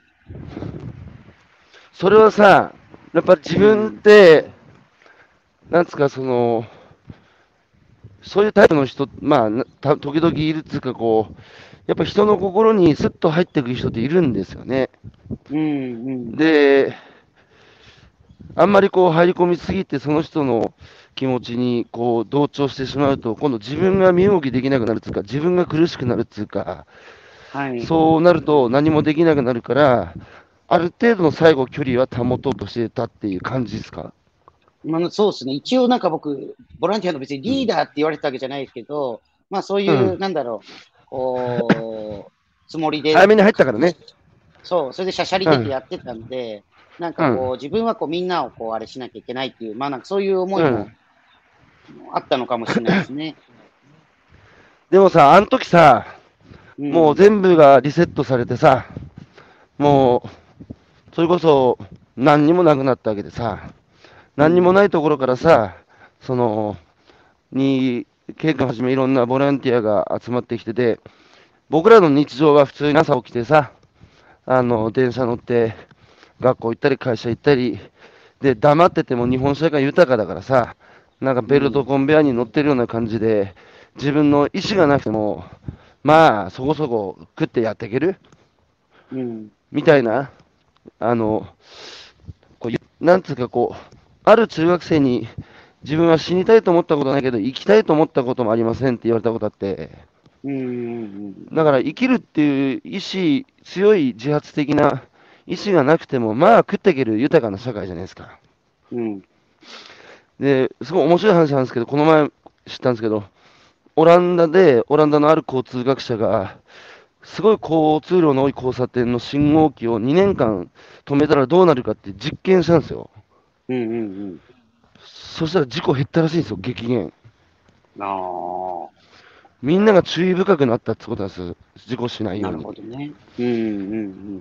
それはさ、やっぱ自分っうん、 て、なんつうか、その、そういうタイプの人、まあ、なた時々いるっつうか、こう、やっぱ人の心にスッと入ってくる人っているんですよね。 うん、うん、 で、あんまりこう入り込みすぎて、その人の気持ちにこう同調してしまうと、今度自分が身動きできなくなるっつうか、自分が苦しくなるっつうか、 はい。 そうなると何もできなくなるから、ある程度の最後距離は保とうとしてたっていう感じですか？ まあ、そうですね。一応なんか僕、ボランティアの別にうん。 リーダーって言われてたわけじゃないですけど、まあそういう、 うん。 なんだろう、こう、つもりで、 早めに入ったからかね。 そう、それでしゃしゃり出てうん。 やってたんで、なんかうん。 こう、自分はこうみんなをこう、あれしなきゃいけないっていう、まあなんかそういう思いもうん。 あったのかもしれないですね。 でもさ、あの時さ、もううん、 全部がリセットされてさ、もう、それこそ何にもなくなったわけでさ、何にもうん、 ないところからさ、その、に、ケイ君はじめいろんなボランティアが集まってきてて、僕らの日常は普通に朝起きてさ、あの、電車乗って、学校行ったり会社行ったり、で、黙ってても日本社会豊かだからさ、なんかベルトうん、 コンベアに乗ってるような感じで、自分の意思がなくても、まあ、そこそこ食ってやっていけるうん、 みたいな、あの、こうなんつうかこう、ある中学生に、自分は死にたいと思ったことないけど、生きたいと思ったこともありませんって言われたことあって、 うん、うん、 だから生きるっていう意志、強い自発的な意志がなくても、まあ食っていける豊かな社会じゃないですか。 うん、 で、すごい面白い話なんですけど、この前知ったんですけど、オランダで、オランダのある交通学者が、すごい交通量の多い交差点の信号機をにねんかん止めたらどうなるかって実験したんですよ。 うん、うん、うん。 そしたら事故減ったらしいんですよ、激減。 ああ、 みんなが注意深くなったってことなんですよ、事故しないよなるうに。 ほどね。うん、うん、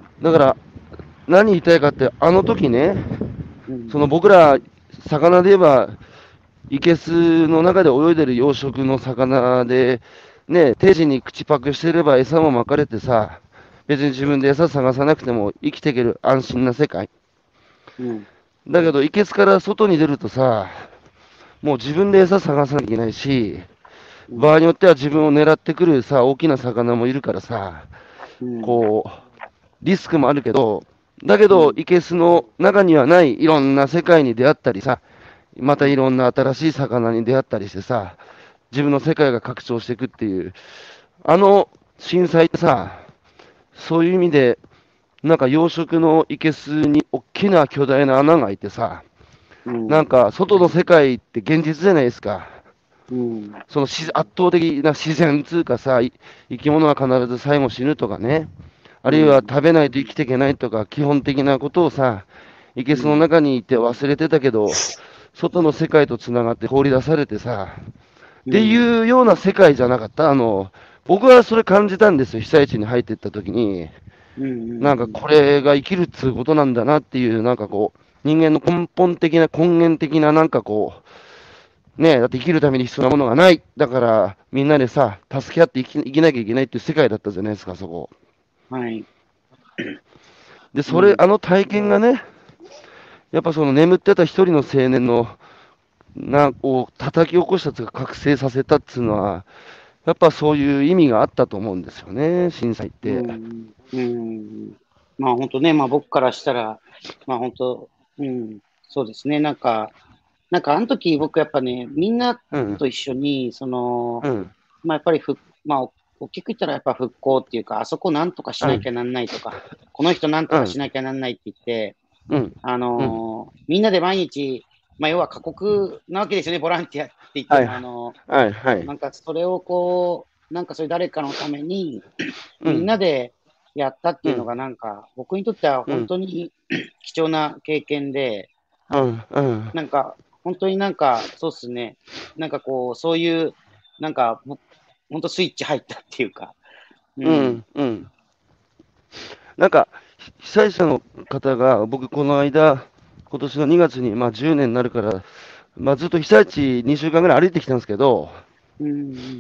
だから、何言いたいかって、あの時ね、 うん、 その僕ら、魚で言えば、生けすの中で泳いでる養殖の魚で、ね、定時に口パクしてれば餌もまかれてさ、別に自分で餌探さなくても生きていける安心な世界。 うん、 だけど、生けすから外に出るとさ、もう自分で餌探さなきゃいけないし、 うん、 場合によっては自分を狙ってくるさ、大きな魚もいるからさ、 うん、 こう、リスクもあるけど、 だけど、 うん。 いけすの中にはないいろんな世界に出会ったりさ、またいろんな新しい魚に出会ったりしてさ、自分の世界が拡張していくっていう、あの震災ってさ、そういう意味で、なんか養殖のいけすに大きな巨大な穴が開いてさ、 うん。 なんか外の世界って現実じゃないですか。 うん。 その自圧倒的な自然つうかさ、い生き物は必ず最後死ぬとかね、あるいはうん。 食べないと生きていけないとか、基本的なことをさ、いけすのうん。 中にいて忘れてたけど、外の世界とつながって放り出されてさ、ってうん。 いうような世界じゃなかった。あの、僕はそれ感じたんですよ、被災地に入っていった時に。 うん。 なんかこれが生きるっつうことなんだなっていう、なんかこう、人間の根本的な、根源的ななんかこう、ねえ、だって生きるために必要なものがない。だから、みんなでさ、助け合って生き、生きなきゃいけないっていう世界だったじゃないですか、そこ。 はい。 で、それ、 うん。 あの体験がね、やっぱその眠ってた一人の青年の、な、を叩き起こしたというか、覚醒させたっつうのは、やっぱそういう意味があったと思うんですよね、震災っうて。 ん。うん。まあ本当ね、まあ僕からしたら、まあ本当、うん、そうですね。なんか、なんかあの時僕やっぱね、みんなうん、 と一緒に、その、 うん、 まあやっぱりふ、まあ大きく言ったらやっぱ復興っていうか、あそこなんとかしうん、 なきゃなんないとか、この人なんとかしうん、 なきゃなんないって言って、 うん、 あうん。 のーみんなで毎日、まあ要は過酷なわけですよね、ボランティアって言ってはい、 も、あのはい、はい。 なんかそれをこう、なんかそういう誰かのために、みんうん、 なでやったってうん、 いうのがなんか、僕にとってはうん、 本当に貴重な経験で、 うん、うん、 なんか、本当になんか、そうっすね。なんかこう、そういう、なんか、ぼ本当スイッチ入ったっていうか、うん、 うん、うん。なんか、被災者の方が、僕、この間、今年のにがつに、まあ、じゅうねんになるから、まあ、ずっと被災地にしゅうかんぐらい歩いてきたんですけど、 うん、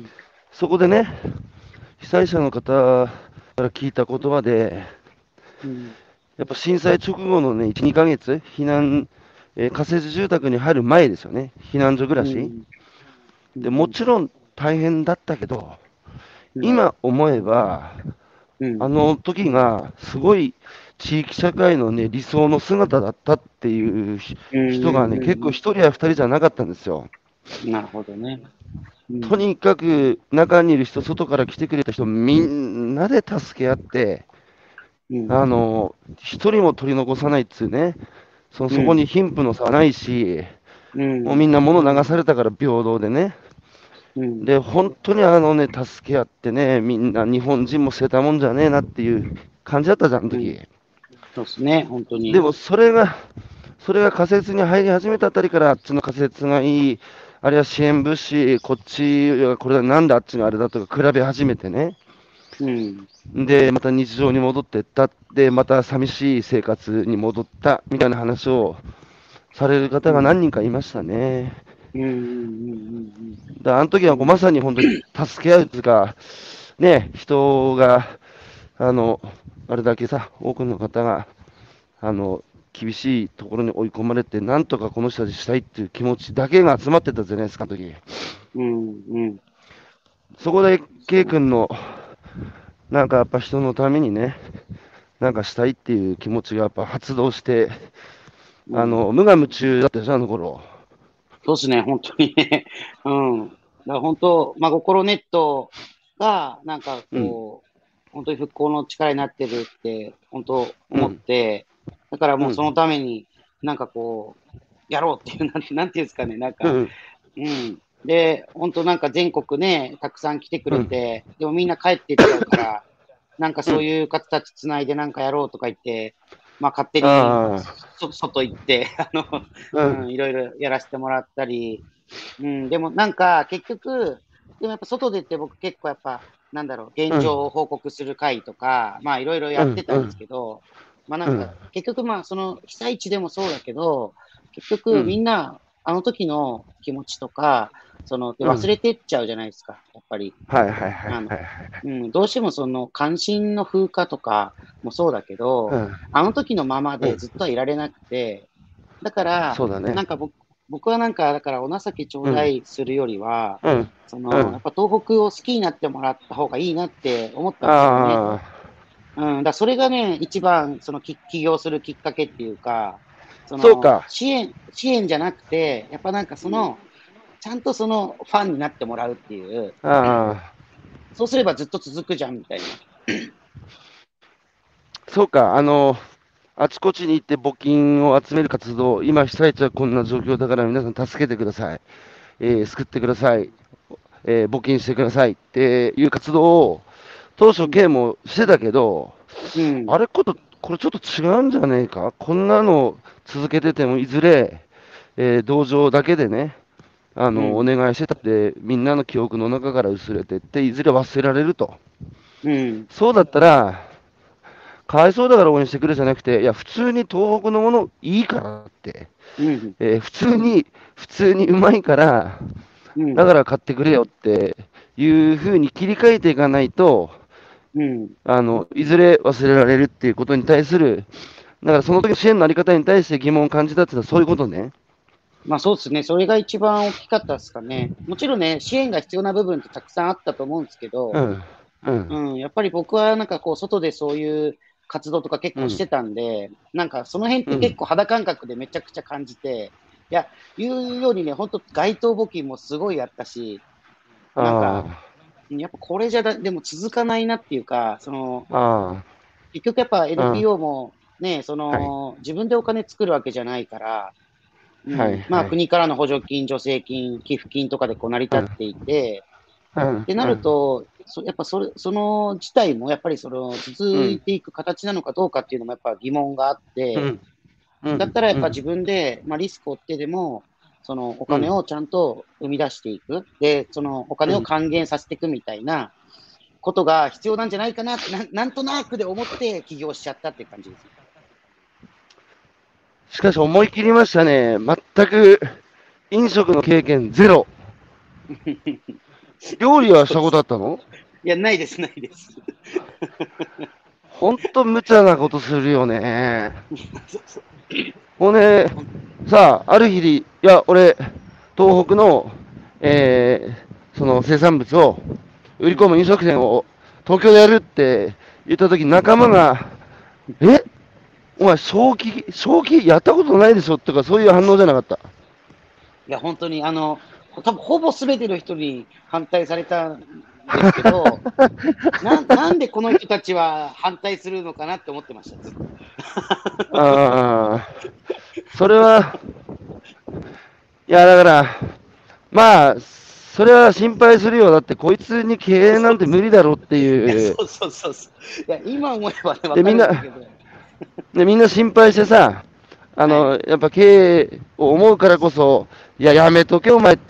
そこでね、被災者の方から聞いた言葉で、 うん、 やっぱ震災直後のね、いち、にかげつ、避難、えー仮設住宅に入る前ですよね、避難所暮らし。 うん、うで、もん、 ちろん大変だったけど、 うん、 今思えば、 うん、 あの時がすごい地域社会のね、理想の姿だったっていうひうん、 人がね、結構うん、 一人や二人じゃなかったんですよ。 なるほどね。うん、 とにかく中にいる人、外から来てくれた人、みんなで助け合って、 うん、 あの、一人も取り残さないっつうね、そのそこにうん、 貧富の差はないし、 うん、 もうみんな物流されたから平等でね。 うん、 で、本当にあのね、助け合ってね、みんな日本人も捨てたもんじゃねえなっていう感じだったじゃん、あのうん、 時。 そうですね、本当に。 でもそれが、それが仮設に入り始めたあたりから、あっちの仮設がいい、あるいは支援物資、こっちはこれはなんであっちがあれだとか比べ始めてね。 うん、 で、また日常に戻っていった。で、また寂しい生活に戻ったみたいな話をされる方がうん、 何人かいましたね。 うん、うん、 だあの時うん、うん、 はこうまさに本当に助け合うというか、ね、人が、あの、あれだけさ、多くの方が、あの、厳しいところに追い込まれて、なんとかこの人たちしたいっていう気持ちだけが集まってたじゃないですか、あの時。 うん、うん、 そこで、 そう、 K 君の、なんかやっぱ人のためにね、なんかしたいっていう気持ちがやっぱ発動して、 うん。 あの、無我夢中だったでしょ、あの頃。 そうですね、本当にね。うん。だから本当、まあ、心ネットが、なんかうん、 こう、本当に復興の力になってるって、本当思っうん、 て、だからうん、 もうそのために、なんかこう、やろうっていう、なんて、なんていうんですかね、なんか、 うん、 うん。で、本当なんか全国ね、たくさん来てくうん、 れて、でもみんな帰っていっちゃうから、なんかうん。 そういう方たちつないでなんかやろうとか言って、まあ勝手にあそ外行って、あの、 あ、うん、 うん、いろいろやらせてもらったり、うん、でもなんか結局、でもやっぱ外出て僕結構やっぱ、なんだろう、現うん、 状を報告する会とか、まあいろいろやうん、 ってたんですうん、 けど、まあなうん、 んか結局まあその被災地でもそうだけど、結局みうん、 んなあの時の気持ちとか、その、でうん。 忘れてっちゃうじゃないですか、やっぱり。 はいはいはいあの、 はい。 うん、どうしてもその関心の風化とかもそうだけど、 うん、 あの時のままうん。 でずっとはいられなくて、だから、 そうだね。 なんか僕、僕はなんか、だからお情け頂うん、 戴するよりは、 うん、 その、やっうん。 ぱ東北を好きになってもらった方がいいなって思ったんですよね。 ああ、 うん、だからそれがね、一番そのき起業するきっかけっていうか、そのそうか。 支援、支援じゃなくて、やっぱなんかその、ちゃんとそのファンになってもらうっていう、 ああ、 そうすればずっと続くじゃんみたいな。 そうか。あの、あちこちに行って募金を集める活動、今、被災地はこんな状況だから皆さん助けてください。えー救ってください。えー募金してくださいっていう活動を、当初、 うん。 K もしてたけど、 うん。 あれこと、これちょっと違うんじゃねえか、こんなの続けてても、いずれ、えー同情だけでね、あの、おうん。 願いしてたって、みんなの記憶の中から薄れてって、いずれ忘れられると。 うん。 そうだったら、かわいそうだから応援してくれじゃなくて、いや、普通に東北のものいいからって、 うん。 えー普通に、普通にうまいから、 うん。 だから買ってくれよっていうふうに切り替えていかないと、 うん。 あの、いずれ忘れられるっていうことに対する、だからその時の支援のあり方に対して疑問を感じたっていうのはそういうことね。 まあそうですね。それが一番大きかったですかね。もちろんね、支援が必要な部分ってたくさんあったと思うんですけど、 うん。うん。 うん、やっぱり僕はなんかこう、外でそういう活動とか結うん。 構してたんで、なんかその辺っうん。 て結構肌感覚でめちゃくちゃ感じて、いや、言うようにね、本当街頭募金もすごいあったし、なんか、 あやっぱこれじゃだ、でも続かないなっていうか、その、 あ。 結局やっぱああ。うん。 エヌピーオー もね、そはい。 の、自分でお金作るわけじゃないから、うはい。 ん、まあはい。 国からの補助金、助成金、寄付金とかでこう成りうん。 立っていて、 うん。 ってなうん。 ると、そやっぱそれ、その自体もやっぱりその続いうん。 ていく形なのかどうかっていうのもやっぱ疑問があって、 うん。うん。 だったらやうん。 っぱ自分で、まあ、リスクを負ってでも、そのおうん。 金をちゃんと生み出していく。で、そのお金を還元させていくみたいなことが必要なんじゃないかなって、なんなんとなくで思って起業しちゃったっていう感じですね。 しかし思い切りましたね。全く飲食の経験ゼロ。料理はしたことあそうです。 ったの？ いや、ないです、ないです。 ほんと無茶なことするよね。 そうそう。 ほんで、 ほんさあ、ある日に、いや、俺、東北の、えー、その生産物を売りうん、 込む飲食店を東京でやるって言ったとき、仲間が、えお前、正気、正気やったことないでしょとか、そういう反応じゃなかった。 いや、本当に、あの、多分ほぼ全ての人に反対されたんですけど、ななんでこの人たちは反対するのかなって思ってました、ずっと。 ああ、それは、いや、だから、まあ、それは心配するよ。だって、こいつに経営なんてそうそう。 無理だろっていや、 いう。 そうそうそうそう。いや、今思えばね、わで、 かみんな、 るんだけど。 で、みんな心配してさ、あはい。 の、やっぱ経営を思うからこそ、いや、やめとけ、お前って、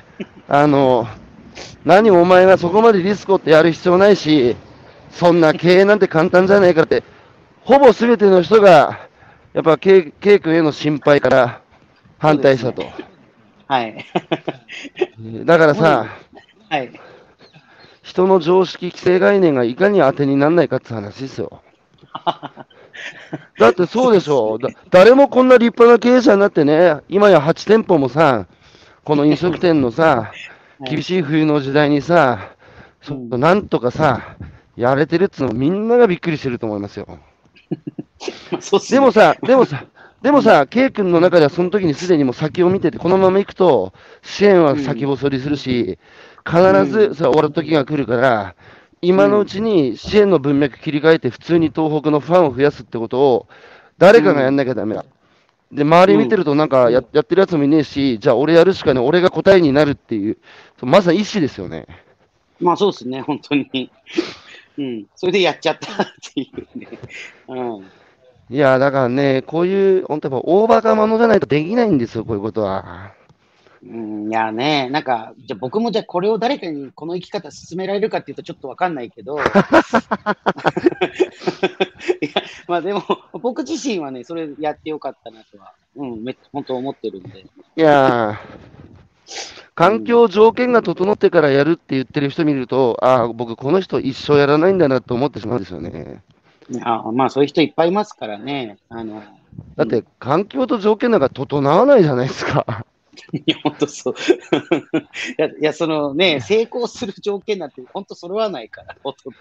あの、何もお前がそこまでリスクをってやる必要ないし、そんな経営なんて簡単じゃないからって、ほぼ全ての人が、やっぱ K, K 君への心配から反そうですね。 対したと。 はい。 だからもうでも、 さ、 はい。 人の常識、既成概念がいかに当てにならないかって話ですよ。だってそうでしょ。 そうですね。 だ誰もこんな立派な経営者になってね、今やはち店舗もさ、この飲食店のさ、 はい。 厳しい冬の時代にさ、 うん。 そなんとかさ、やれてるっつうのみんながびっくりしてると思いますよ。 まあ、そうですね。 でもさ、でもさ、でうん。 もさ、K 君の中ではその時にすでにもう先を見てて、このまま行くと、支援は先うん。 細りするし、必うん。 ずそれは終わる時が来るから、今のううん。 ちに支援の文脈切り替えて、普通に東北のファンを増やすってことを、誰かがやんうん。 なきゃダメだ。で、周り見てうん。 るとなんかややってるやつもいねえし、じゃあ俺やるしかねえ、俺が答えになるっていう、まさに意思ですよね。 まあそうですね、本当に。うん。それでやっちゃったっていうね。うん。 いや、だからね、こういう、本当やっぱ大バカ者じゃないとできないんですよ、こういうことは。 うん、いやね、なんか、じゃあ僕もじゃあこれを誰かにこの生き方勧められるかっていうとちょっとわかんないけど、いや、まあでも、僕自身はね、それやってよかったなとは、うん、め本当思ってるんで。 いや環うん。 境条件が整ってからやるって言ってる人見ると、ああ、僕この人一生やらないんだなと思ってしまうんですよね。 あ、まあそういう人いっぱいいますからね。あの、うん。 だって環境と条件なんか整わないじゃないですか。 いや、本当そう。いや、いや、そのね、成功する条件なんて本当揃わないから、ほとんど。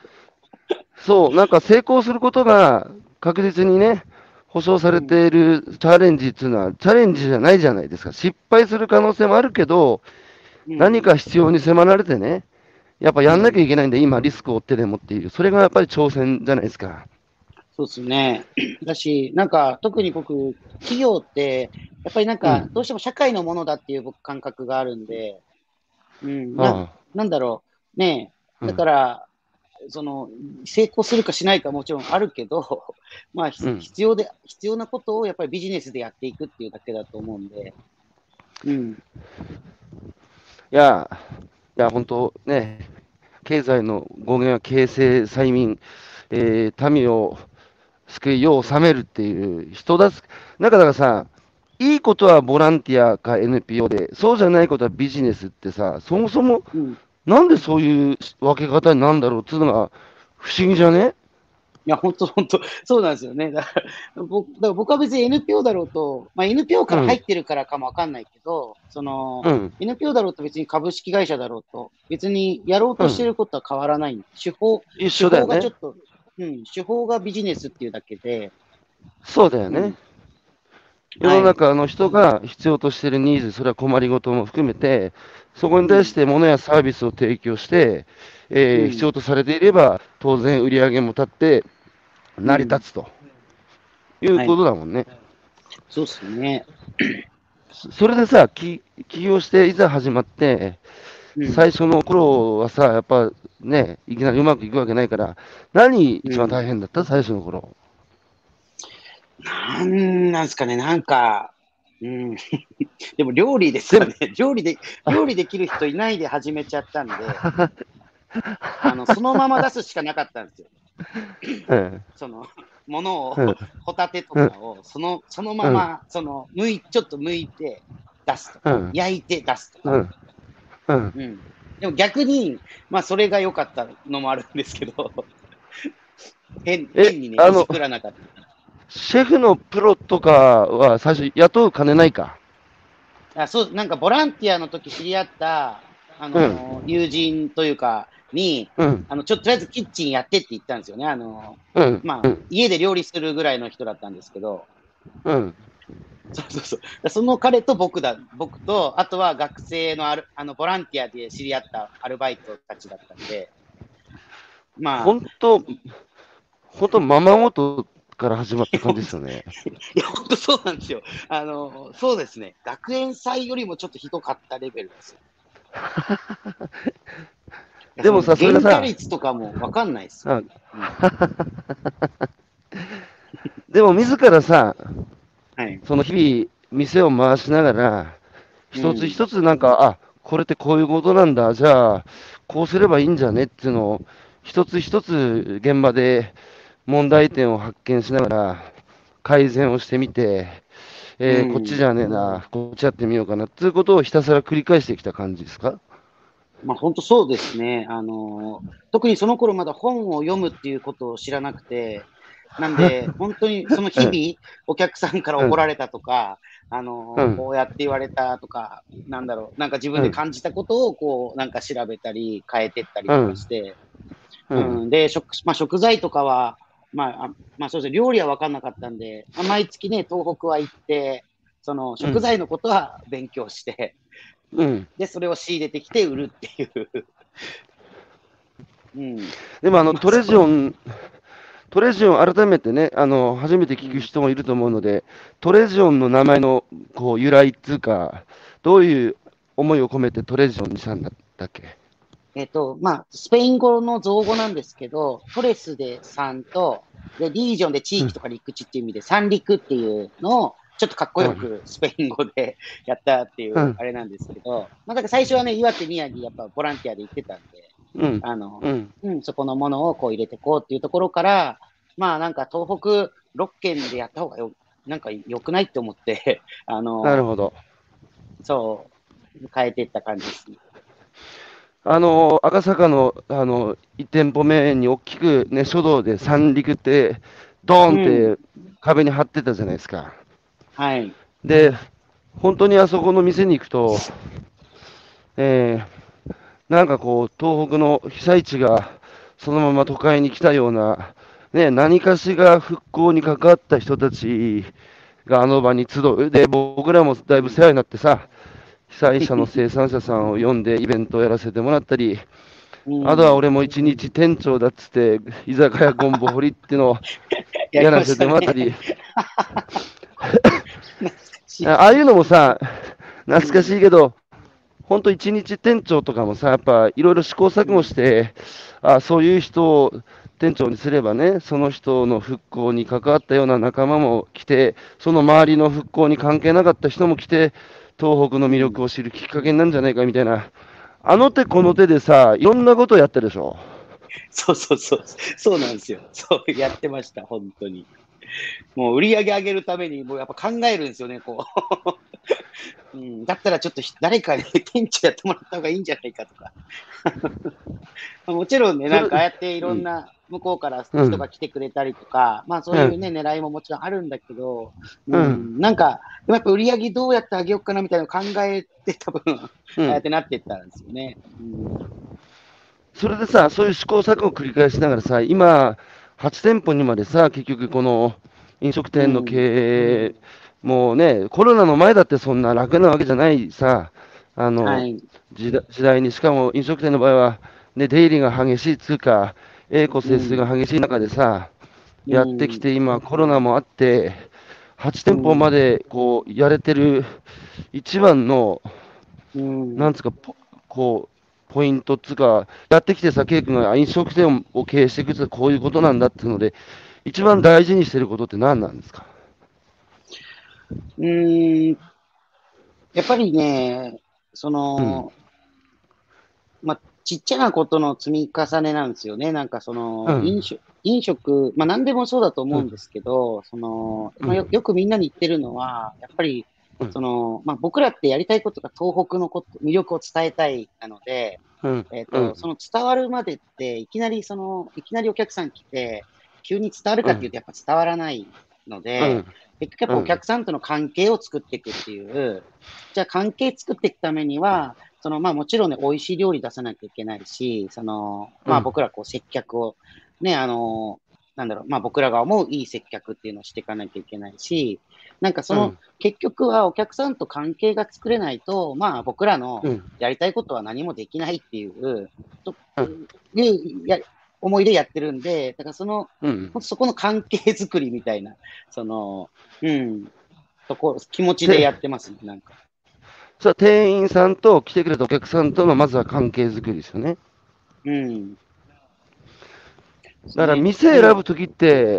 そう、なんか成功することが確実にね、保証されうん、 ているチャレンジっていうのは、チャレンジじゃないじゃないですか。失敗する可能性もあるけど、 うん、 何か必要に迫られてね、やっぱやんなきゃうん。 いけないんで、今、リスクを負ってでもっていう、それがやっぱり挑戦じゃないですか。 そうですね。だし、なんか、特に僕、企業って、やっぱりなんか、 うん。 どうしても社会のものだっていう僕感覚があるんで、うん、な、 あなんだろう。ねえ。だあ、うん、 から、その、成功するかしないかもちろんあるけど、まあ、ひうん。 必要で、必要なことをやっぱりビジネスでやっていくっていうだけだと思うんで、うん、 いや、いや、本当ね、経済の語源は経世済民、えー民を救い、世を治めるっていう人だす。なんかだからさ、いいことはボランティアか エヌピーオー で、そうじゃないことはビジネスってさ、そもそもうん。 なんでそういう分け方になんだろうっていうのが不思議じゃね？ いや、本当本当そうなんですよね。だから僕だから僕は別に エヌピーオー だろうと、まあ、エヌピーオー から入っうん、 てるからかもわかんないけど、その、 うん、 エヌピーオー だろうと別に株式会社だろうと、別にやろうとしてうん。 ることは変わらない。手法、 一手緒だよね。 法がちょっと、うん、手法がビジネスっていうだけで、 そうだよね。 うん、 世のはい。 中の人が必要としているニーズ、それは困りごとも含めて、そこにうん、 対して物やサービスを提供して、えー必うん、 要とされていれば、当然売り上げも立って成りうん、 立つというこはい。 とだもんね。 そうっすね。 そそれでさ、き起業していざ始まって、 うん、 最初の頃はさ、やっぱね、いきなりうまくいくわけないから、何一番うん。 大変だった最初の頃。 なんなんすかね、なんか、うん。でも料理です全部、 かね。料理で、料理できる人いないで始めちゃったんで、あの、そのまま出すしかなかったんですよ。 うん、 その、ものを、 うん、 ホタテとうん、 かを、その、そのうん、 まま、その、むい、ちょっと剥いて出すとか、 うん、 焼いて出すとか。 うん、うん。 うん。でも逆に、まあ、それが良かったのもあるんですけど、変、 え、 変にね、いじあの、 くらなかった。 シェフのプロとかは最初雇う金ないか。 あ、そう、なんかボランティアの時知り合った、あうん、 のー友人というか、に、 うん、 あの、ちょっととりあえずキッチンやってって言ったんですよね。あのうん、 ーまあ、 うん、 家で料理するぐらいの人だったんですけど、 うん。 そうそうそう。その彼と僕だ、僕と、あとは学生のある、あの、ボランティアで知り合ったアルバイトたちだったんで、まあ、 本当、本当、ままごとから始まっいや、 た感本当、 じですよね。 いや、本当そうなんですよ。あのーそうですね。学園祭よりもちょっとひどかったレベルですよ。いや、そのでもさ、それがさ、 原価率とかもわかんないですよ。 あうん。 でも自らさ、 はい。 その日々、店を回しながら、一つうん。 一つなんか、あ、これってこういうことなんだ、じゃあ、こうすればいいんじゃねっていうのを、一つ一つ現場で問題点を発見しながら、改善をしてみて、 うえーこっちん。 じゃねえな、こっちやってみようかなっていうことをひたすら繰り返してきた感じですか？ まあ本当そうですね。あの、特にその頃まだ本を読むっていうことを知らなくて、なんで、本当にその日うん、 々、お客さんからうん、 怒られたとか、あの、 うん、 こうやって言われたとか、なんだろう、なんか自分うん、 で感じたことを、こう、なんか調べたり、変えてったりとかうん、 して、 うん、 うん、で、食、まあ、食材とかは、まあ、あまあ、そうですね、料理は分かんなかったんで、まあ、毎月ね、東北は行って、そのうん、 食材のことは勉強して、 うん。 で、それを仕入れてきて売るっていう。うん。 でもあの、 まあ、 トレそう。 ジオン、トレジオン改めてね、あの、初めて聞くうん。 人もいると思うので、トレジオンの名前のこう由来っていうか、どういう思いを込めてトレジオンにしたんだったっけ？ えっと、まあ、スペイン語の造語なんですけど、トレスで山と、で、リージョンで地うん、 域とか陸地っていう意味で三陸っていうのを、ちょっとかっこうん、 よくスペイン語でやったっていう、 うん、 あれなんですけど、まあ、だから最初はね、岩手、宮城、やっぱボランティアで行ってたんで、 うん、 あの、 うん。 うん、そこのものをこう入れていこうっていうところから、まあなんか東北ろっけんでやった方がよ、なんか良くないって思って、あの、 なるほど。 そう、変えていった感じですね。 あの、赤坂の、あの、いち店舗目に大きくね、書道で三陸って、ドーンっうん、 て壁に貼ってたじゃないですか。 はい。 で、本当にあそこの店に行くと、えーなんかこう、東北の被災地がそのまま都会に来たような、ね、何かしが復興に関わった人たちがあの場に集う。で、僕らもだいぶ世話になってさ、被災者の生産者さんを呼んでイベントをやらせてもらったり、 うあとはん。 俺も一日店長だっつって、居酒屋ゴンボ掘りっていうのをやりまやらせしたね。 てもらったり、 懐かしい。 ああいうのもさ、懐かしいけど、本当一日店長とかもさ、やっぱいろいろ試行錯誤して、あそういう人を店長にすればね、その人の復興に関わったような仲間も来て、その周りの復興に関係なかった人も来て、東北の魅うん。 力を知るきっかけになるんじゃないかみたいな、あの手この手でさ、いろんなことをやったでしょ。 そうそうそう。そうなんですよ。そうやってました、本当に。もう売り上げ上げるために、もうやっぱ考えるんですよね、こう。うん、だったらちょっと誰かに店長やってもらった方がいいんじゃないかとか。もちろんね、 それ、 なんかああやっていうん、 ろんな向こうからうん、 人が来てくれたりとか、まあそういうね、 うん、 狙いももちろんあるんだけど、ううん、 ん、なんか、でもやっぱ売り上げどうやって上げようかなみたいなのを考えて多分、 うん。 ああやってなっていったんですよね。うん、 それでさ、そういう試行錯誤を繰り返しながらさ、今、はち店舗にまでさ、結局この飲食店の経うん、 営、もうね、コロナの前だってそんな楽なわけじゃないさ、あの、 はい。 時代時代に、しかも飲食店の場合は、ね、出入りが激しいつうか、栄枯盛衰うん、 が激しい中でさ、 うやってきん、 て今コロナもあって、はち店舗まうん、 でこうやれてる一番のうん。 なんつうか、ポこう、ポイントっつうか、やってきてさ、ケイ君が飲食店を経営していくってこういうことなんだっていうので、一番大事にしてることって何なんですか？ うーん、やっぱりね、そうん、 の、まあ、ちっちゃなことの積み重ねなんですよね。なんかその、 うん、 飲食、飲食、まあ何でもそうだとうん、 思うんですけど、その、まあ、よ、 うん、 よくみんなに言ってるのは、やっぱり、 うん、 その、まあ僕らってやりたいことが東北のこと、魅力を伝えたいなので、 うん、 えっと、そうん、 の伝わるまでって、いきなりその、いきなりお客さん来て、急に伝わるかっていうとやっぱ伝わらないので、 うん、 結局やっぱお客さんとの関係を作っていくっていう、じゃあ関係作っていくためには、そのまあもちろんね、美味しい料理出さなきゃいけないし、その、 うん、 まあ僕らこう接客を、ね、あの、なんだろう、まあ僕らが思ういい接客っていうのをしていかなきゃいけないし、なんかその、 うん、 結局はお客さんと関係が作れないと、まあ僕らのうん、 やりたいことは何もできないっていう、とうん、 いうや思いでやってるんで、だからその、 うん。 そこの関係づくりみたいな、その、うん、とこ、気持ちでて、 やってますね、なんか。 それは店員さんと来てくれたお客さんとのまずは関係づくりですよね。 うん、ですだからね。 店選で、 ぶときって、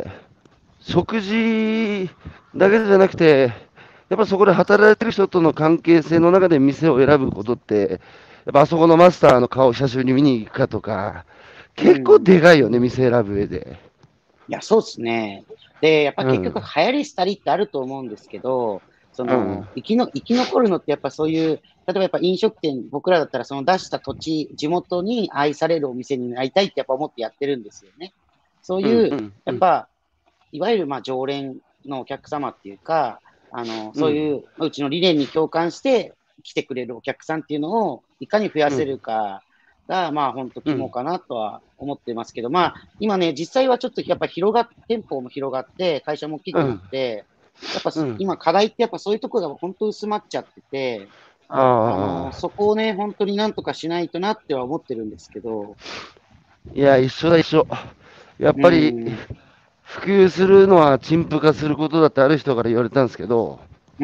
食事だけじゃなくて、やっぱそこで働いてる人との関係性の中で店を選ぶことって、やっぱあそこのマスターの顔を写真に見に行くかとか、結構うん。 でかいよね、店選ぶ上で。 いや、そうですね。で、やっぱ結局うん。 流行り廃りってあると思うんですけど、そうん。 の、生きの、生き残るのってやっぱそういう、例えばやっぱ飲食店、僕らだったらその出した土地、地元に愛されるお店になりたいってやっぱ思ってやってるんですよね。そううん。 いう、 うん。うん。 やっぱ、いわゆるまあ常連のお客様っていうか、あの、 うん。 そういううちの理念に共感して来てくれるお客さんっていうのをいかに増やせるかが、まあ本当うん。 肝かなとは思ってますけど、まあ今ね、実際はちょっとやっぱ広がっ、店舗も広がって、会社も大きくなっうん。 て、やっぱうん。 今課題ってやっぱそういうところが本当薄まっちゃってて、あの、 ああ。 そこをね、本当になんとかしないとなっては思ってるんですけど、 いや、一緒だ、一緒。やっうぱり、 ん、 普及するのは陳腐化することだってある人から言われたんですけど、 うん、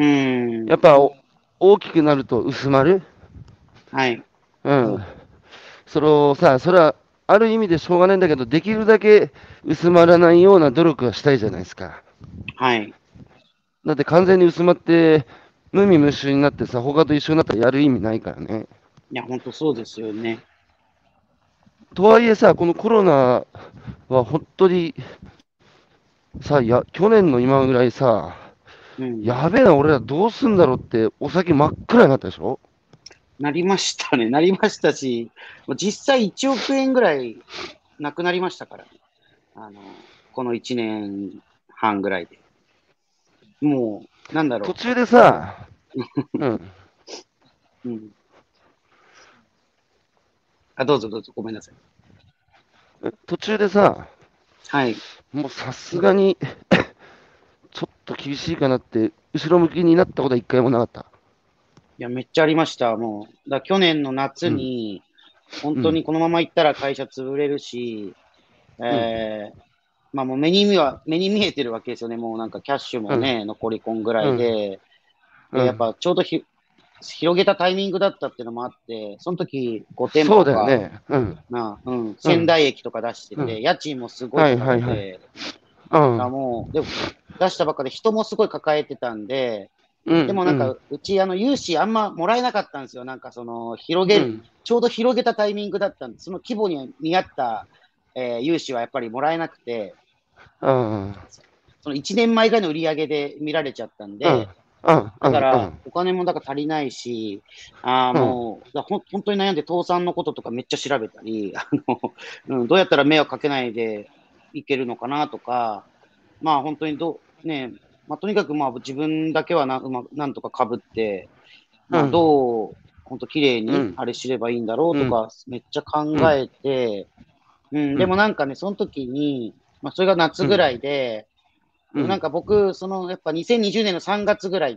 やっぱお大きくなると薄まる。 はい、 うん。それをさ、それはある意味でしょうがないんだけど、できるだけ薄まらないような努力はしたいじゃないですか。 はい。 だって完全に薄まって、無味無臭になってさ、他と一緒になったらやる意味ないからね。 いや、本当そうですよね。 とはいえさ、このコロナは本当にさ、や、去年の今ぐらいさ、 うん。 やべえな、俺らどうすんだろうって、お酒真っ暗になったでしょ？ なりましたね。なりましたし、もう実際いちおく円ぐらいなくなりましたからね。あの、このいちねんはんぐらいで。もう、なんだろ途中でさ、うん。 う。うん。あ、どうぞどうぞ。ごめんなさい。 途中でさ、 はい。いもうさすがにちょっと厳しいかなって、後ろ向きになったことは一回もなかった。 や、めっちゃありました。もう、だ去年の夏うん、 に、本うん、 当にこのまま行ったら会社潰れるし、 うん、 えー、まあもう目に見は、目に見えてるわけですよね。もうなんかキャッシュうん、 もね、残りこんぐらうん、 いで、で、やっうん。 ぱちょうどひ広げたタイミングだったっていうのもあって、その時ご店そう舗か、 だよね。うん、 なあ、うん、仙うん、 台駅とか出してうん。 て、家賃もすごいはい高はいはい。 くて、 うん、 あもう、でも出したばっかで人もすごい抱えてたんで、 うん、 でもなんか、 うん、 うち、あの、融資あんまもらえなかったんですよ。なんかその、広げる、 うん、 ちょうど広げたタイミングだったんで、その規模に見合った、えー融資はやっぱりもらえなくて、 うん、 そのいちねんまえぐらいの売り上げで見られちゃったんうん、 で、 うん、うん、うだから、 ん、 お金もだから足りないし、あーうん、 もう、だほん本当に悩んで倒産のこととかめっちゃ調べたり、あの、うん、どうやったら迷惑かけないでいけるのかなとか、まあ本当にどう、ね、まあとにかくまあ自分だけはな、うま、なんとか被って、まあ、 うん、 どう、本当綺麗うん、 にあれすればいいんだろううん、 とか、めっちゃ考うん、 えて、うん、 うん、 でもなんかね、その時に、まあ、それが夏ぐらいで、でもなんか僕、その、やっぱにせんにじゅうねんのさんがつぐらいって、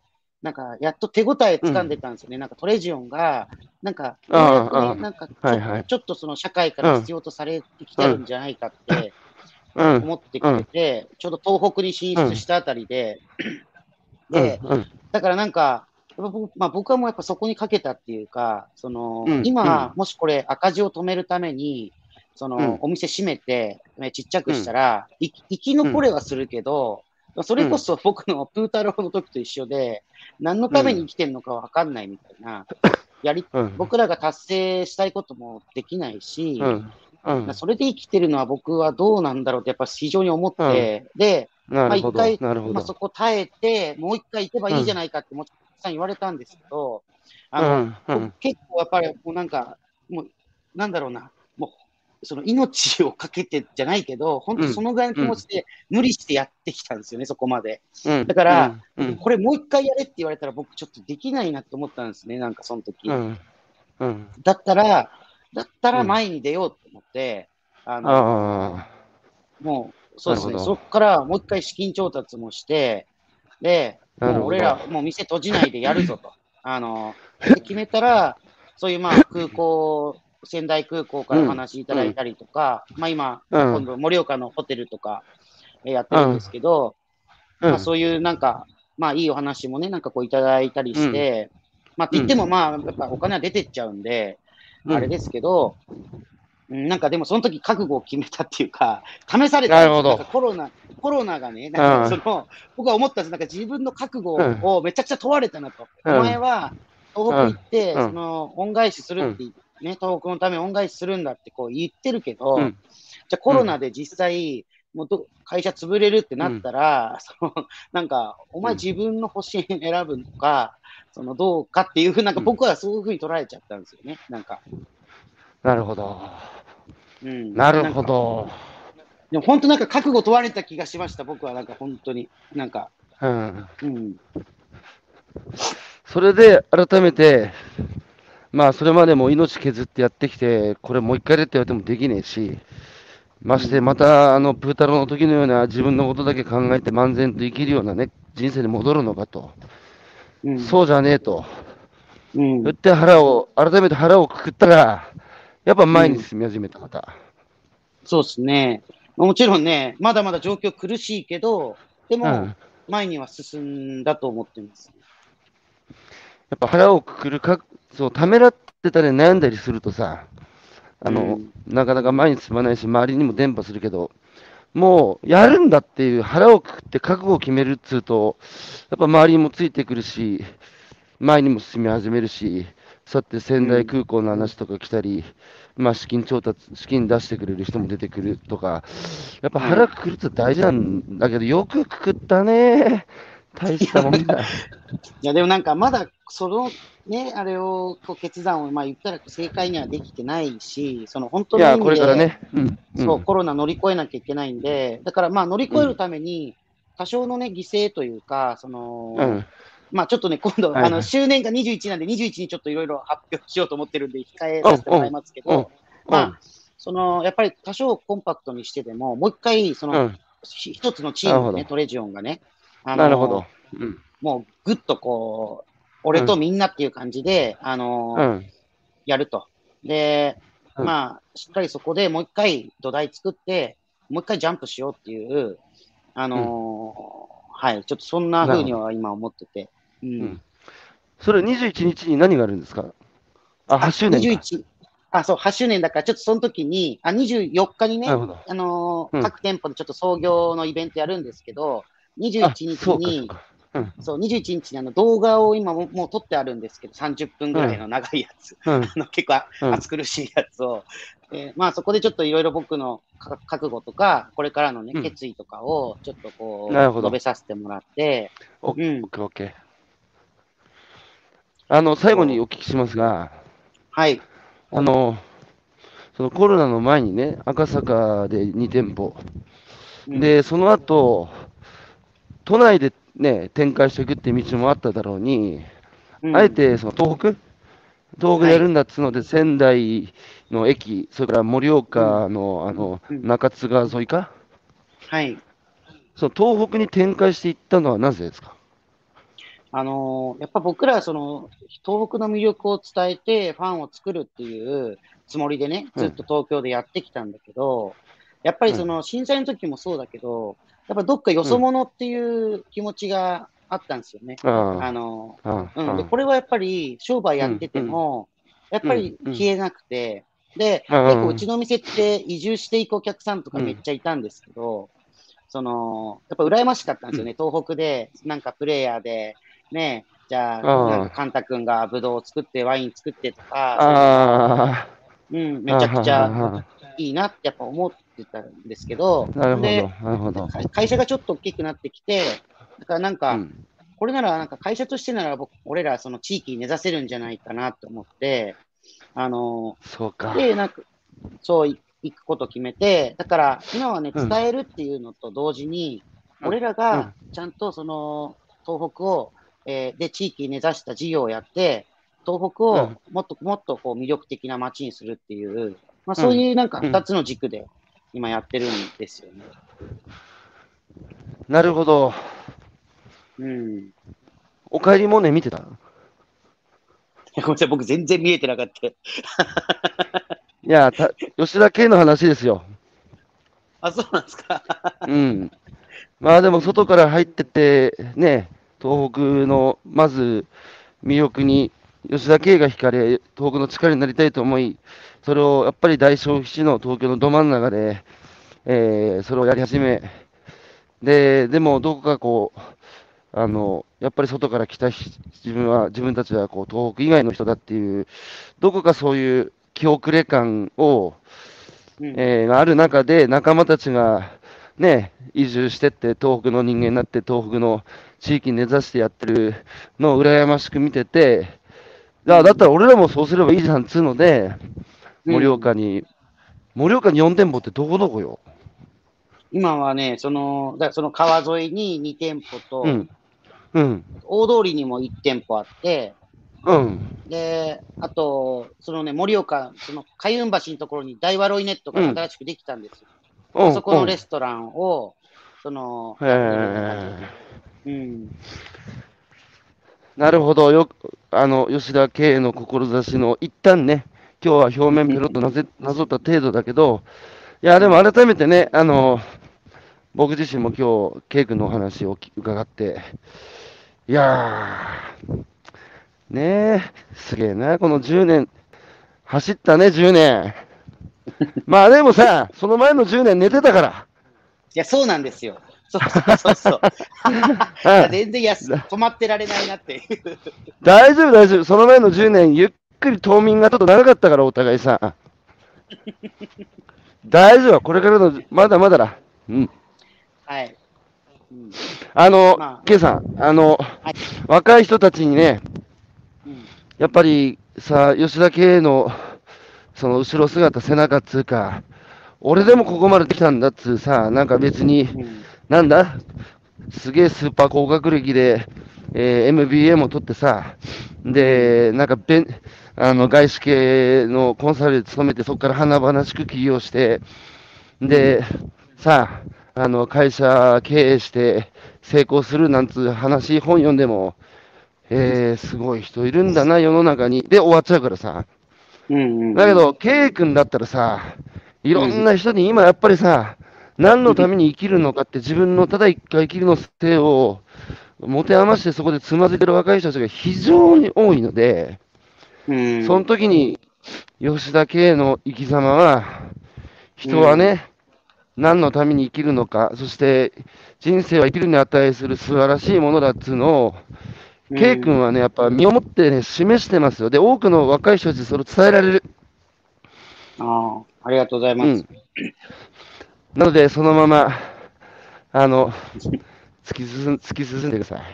なんか、やっと手応え掴んでたんですよね。なんかトレジオンが、なんか、 あようやくあ、 ね、 あなんか、 あ、 ちょ、 はいはい。 ちょっとその社会かうん、 ら必要とされてきてるんうん、 じゃないかってうん、 思ってきうん、 てて、ちょうど東北に進うん、 出したあたりで、 うん、 で、 うん、 だからなんか、やっぱ僕まあ、僕はもうやっぱそこにかけたっていうか、その、 うん、う今、 ん、 もしこれ赤字を止めるために、その、 うん、 お店閉めて、ね、ちっちゃくしたうん、 ら、い生きうん、 残れはするけど、それこうん、 そ僕のプータローの時と一緒で、何のために生きてんのかわかんないみたいな、やり、 うん、 僕らが達成したいこともできないし、 うん、うん、 それで生きてるのは僕はどうなんだろうってやっぱ非常に思っうん、 て、で、 なるほど、 まあ一回、まあそなるほど。 こ耐えて、もう一回行けばうん、 いいじゃないかってもちさん言われたんですけど、あの、 うん、う僕ん、 結構やっぱりもうなんか、もう、なんだろうな、もう、その命をかけてじゃないけど、本うん、 当そのぐらいのうん、 気持ちで無理してやってきたんですよね、そこまで。 うん、 だから、 うん、うん、 これもう一回やれって言われたら僕ちょっとできないなって思ったんですね、なんかその時。 うん、うん、 だったら、だったらうん。 前に出ようと思って、あのあもう、 あ、 そうですね、 なるほど。 そこからもう一回資金調達もして、で、 なるほど。 もう俺ら、もう店閉じないでやるぞと。あの、で、決めたら、そういうまあ空港、仙台空港からおうん、 話いたうん、 だいたりとか、まあ今、 うん、 今度盛岡のホテルとかえやってうん、 るんですけど、 うん、 まあそういうなんか、まあいいお話もね、なんかこういただいたりうん、 して、まあってうん、 言ってもまあやっぱお金は出てっちゃうんで、 うん。 あれですけど、うん、なんかでもその時覚悟を決めたっていうか、試されたんですよ。なんなるほど。 かコロナ、コロナがね、なんかそうん、 の、僕は思ったんです。なんか自分の覚うん、 悟をめちゃくちゃ問われたなと。お前うん、 は東北行うん、 って、 うん、 その恩返しするうん、 って、ね、東北のために恩返しするんだってこう言ってるけど、 うん、 じゃあコロナで実際、もうど会社潰れるってなっうん、 たら、その、なんか、お前自分の保身選ぶのか、そのどうかっていうふうなんかうん。 僕はそういうふうに捉えちゃったんですよね。なんか、 なるほど。 うん、 なるなんか、 ほど。 でも本当なんか覚悟問われた気がしました、僕はなんか本当に。なんか、 うん。 うん。 それで、改めて、まあ、それまでも命削ってやってきて、これもう一回でって言われてもできねえし、まして、 うん。 また、あの、プータローの時のような自分のことだけ考えて漫然と生きるようなね、人生に戻るのかと。 うん。 そうじゃねえと。 うん。 言って腹を、改めて腹をくくったら、やっぱうん。 前に進み始めた方。 そうですね。もちろんね、まだまだ状況苦しいけど、でも、 うん。 前には進んだと思ってます。 やっぱ腹をくくるか、そう、ためらってたり悩んだりするとさ、あの、 うん。 なかなか前に進まないし、周りにも伝播するけど、もう、やるんだっていう腹をくくって覚悟を決めるっつうと、やっぱ周りにもついてくるし、前にも進み始めるし、そうやって仙台うん。 空港の話とか来たり、まあ資金調達、資金出してくれる人も出てくるとか、やっぱはい。 腹くくるって大事なんだけど、よくくくったね。大したいや、なんか、 もんだ。 いやでもなんかまだそのね、あれを、こう決断を、まあ言ったら正解にはできてないし、その本当の意いや、こ味で、 れからね。うん、うそう、 ん、 コロナ乗り越えなきゃいけないんで、だからまあ乗りうん、 越えるために、多少のね、犠牲というか、その、 うん。 まあちょっとね、今度、あの、 はいはい。 周年がにじゅういちなんで、にじゅういちにちょっといろいろ発表しようと思ってるんで、控えうん、 させてもらいうん、うん、 ますけど、まあ、 うん。 その、やっぱり多少コンパクトにしてでも、もう一回、その、 うん。 ひ一つのチなるほど。 ームでね、トレジオンがね、あなるほど。 のうん。 もうぐっとこう、俺とうん。 みんなっていう感じで、あのうん。 やると。で、 うん。 まあ、しっかりそこでもう一回土台作って、もう一回ジャンプしようっていう、あうん。 のはい、ちょっとそんななるほど。 風には今思ってて。うん。 うん。それにじゅういちにちにちに何があるんですか？あ、8 あ、 周年か。 にじゅういち、あ、そう、はちしゅうねんだから、ちょっとその時に、あ、にじゅうよっかにね、 なるほど。 あのーうん。 各店舗でちょっと創業のイベントやるんですけど、21 あ、 日に、 そうかそうか。うん。 そう、にじゅういちにちにちにあの動画を今ももう撮ってあるんですけど、さんじゅっぷんぐうん。 らいの長いやつ。 うん。 あの結構うん。 暑苦しいやつを。えーまあそこでちょっといろいろ僕のか覚悟とか、これからのね、 うん。 決意とかをちょっとこう、述べなるほど。 させてもらって、 オッうん。 ケーオッケー。あの、最後にそう。 お聞きしますが、 はい。 あの、そのコロナの前にね、赤坂でに店舗。 うん。 で、その後、都内でね、展開していくっていう道もあっただろうに、 うん。 あえてその東北東北ではい。 やるんだっつうので、仙台の駅、それから盛うん。 岡のあのうん。 中津川沿いか、 はい。 その東北に展開していったのはなぜですか？ あのーやっぱ僕らはその、東北の魅力を伝えてファンを作るっていうつもりでね、 うん、 ずっと東京でやってきたんだけど、やっぱりうん、 その震災の時もそうだけど、やっぱどっかようん。 そ者っていう気持ちがあったんですよね。ああの、 あ、ああ、 うん。で、 ああ、 これはやっぱり商売うん、 やってうん、 ても、やっうん、 ぱりうん。 消えなくて、で、 あ結構うあ、 ちのお店って移住していくお客さんとかめっうん、 ちゃいたんですけど、その、やっぱ羨ましかったんでうん。 すよね。東北で、なんかプレイヤーで、ね、じゃあ、なんか、 あカンタ君がブドウを作って、ワイン作ってとか、 あ、 そういうのが、 あうん、 あ、 めちあゃくちゃあ、 いいなってやっぱ思ってたんですけど、 なるほど、 で、 なるほど。 会社がちょっと大きくなってきて、だからなんか、 うん、 これならなんか会社としてなら僕、俺らその地域に根ざせるんじゃないかなと思って、あの、 そうか。 で、なんか、そうい行くこと決めて、だから今はね、 うん、 伝えるっていうのと同時に、 うん、 俺らがうん、 ちゃんとその東北を、えーで地域に根ざした事業をやって、東北うん、 をもっともっとこう魅力的な街にするっていう、まあ、 うん、 そういうなんかうん。 二つの軸で今やってるんですよね。 なるほど。 うん。 おかえりモネ見てた？ ごめんなさい、僕全然見えてなかった。 いや、た吉田圭の話ですよ。 あ、そうなんですか。 うん。まあでもうん。 外から入ってて、ね、東北のまず魅力に吉田圭が惹かれ、東北の力になりたいと思い、それをやっぱり大消費地の東京のど真ん中で、えーそれをやり始め、で、でもどこかこう、あの、やっぱり外から来た人自分は、自分たちはこう東北以外の人だっていう、どこかそういう気遅れ感を、 うん。 えーがある中で、仲間たちが、ね、移住してって、東北の人間になって、東北の地域に根ざしてやってるのを羨ましく見てて、 うん。 だだったら俺らもそうすればいいじゃんっつうので、盛うん。 岡に、盛岡によん店舗ってどこどこよ。 今はね、その、だその川沿いにに店舗と、 うん、うん、 大通りにもいち店舗あって、 うん、 で、あと、そのね、盛岡、その海運橋のところに大和ロイネットがうん、 新しくできたんですよ。 うん、 あそこのレうん。 ストランを、その、 へやってる感じで。 え。 うん。 なるほど。よく、あの、吉田圭の志の一旦ね、今日は表面ペロッとなぜなぞった程度だけど、いや、でもうん。 改めてね、あの、僕自身も今日、圭君のお話をき伺って、いやー、ねえ、すげえな、このじゅうねん、走ったね、じゅうねん。まあでもさ、その前のじゅうねん寝てたから。 いや、そうなんですよ。そうそうそうそう。 うだん。 全然やす止まってられないなっていう。 大丈夫、大丈夫。その前のじゅうねん、ゆっくり冬眠がちょっと長かったから、お互いさ。大丈夫、これからの、まだまだだ。うん。 はい。うん。 あの、 まケイさん、あの、 あ、はい。 若い人たちにね、 うん。 やっぱりさ、吉田圭の、その後ろ姿、背中っつうか、俺でもここまでできたんだっつうさ、なんか別に、 うん。 なんだ、すげえスーパー高学歴で、えー エムビーエー も取ってさ、 うん。 で、なんかベン、 あの外資系のコンサルで勤めて、そこから華々しく起業して、で、さあ、あの会社経営して成功するなんつう話、本読んでも、えー、すごい人いるんだな、世の中に。で、終わっちゃうからさ。 うんうんうん。 だけど、K 君だったらさ、いろんうんな人に今やっぱりさ、何のために生きるのかって自分のただ一回生きるの性を持て余してそこでつまずいてる若い人たちが非常に多いので、 うんその時に吉田圭の生き様は、人はね、何のために生きるのか、そして人生は生きるに値する素晴らしいものだっつうのを、 うん K 君はね、やっぱ身をもってね、示してますよ。で、多くの若い人たちにそれを伝えられる。 ああ、ありがとうございます。 うん。なので、そのまま、あの、突き進ん突き進んでください。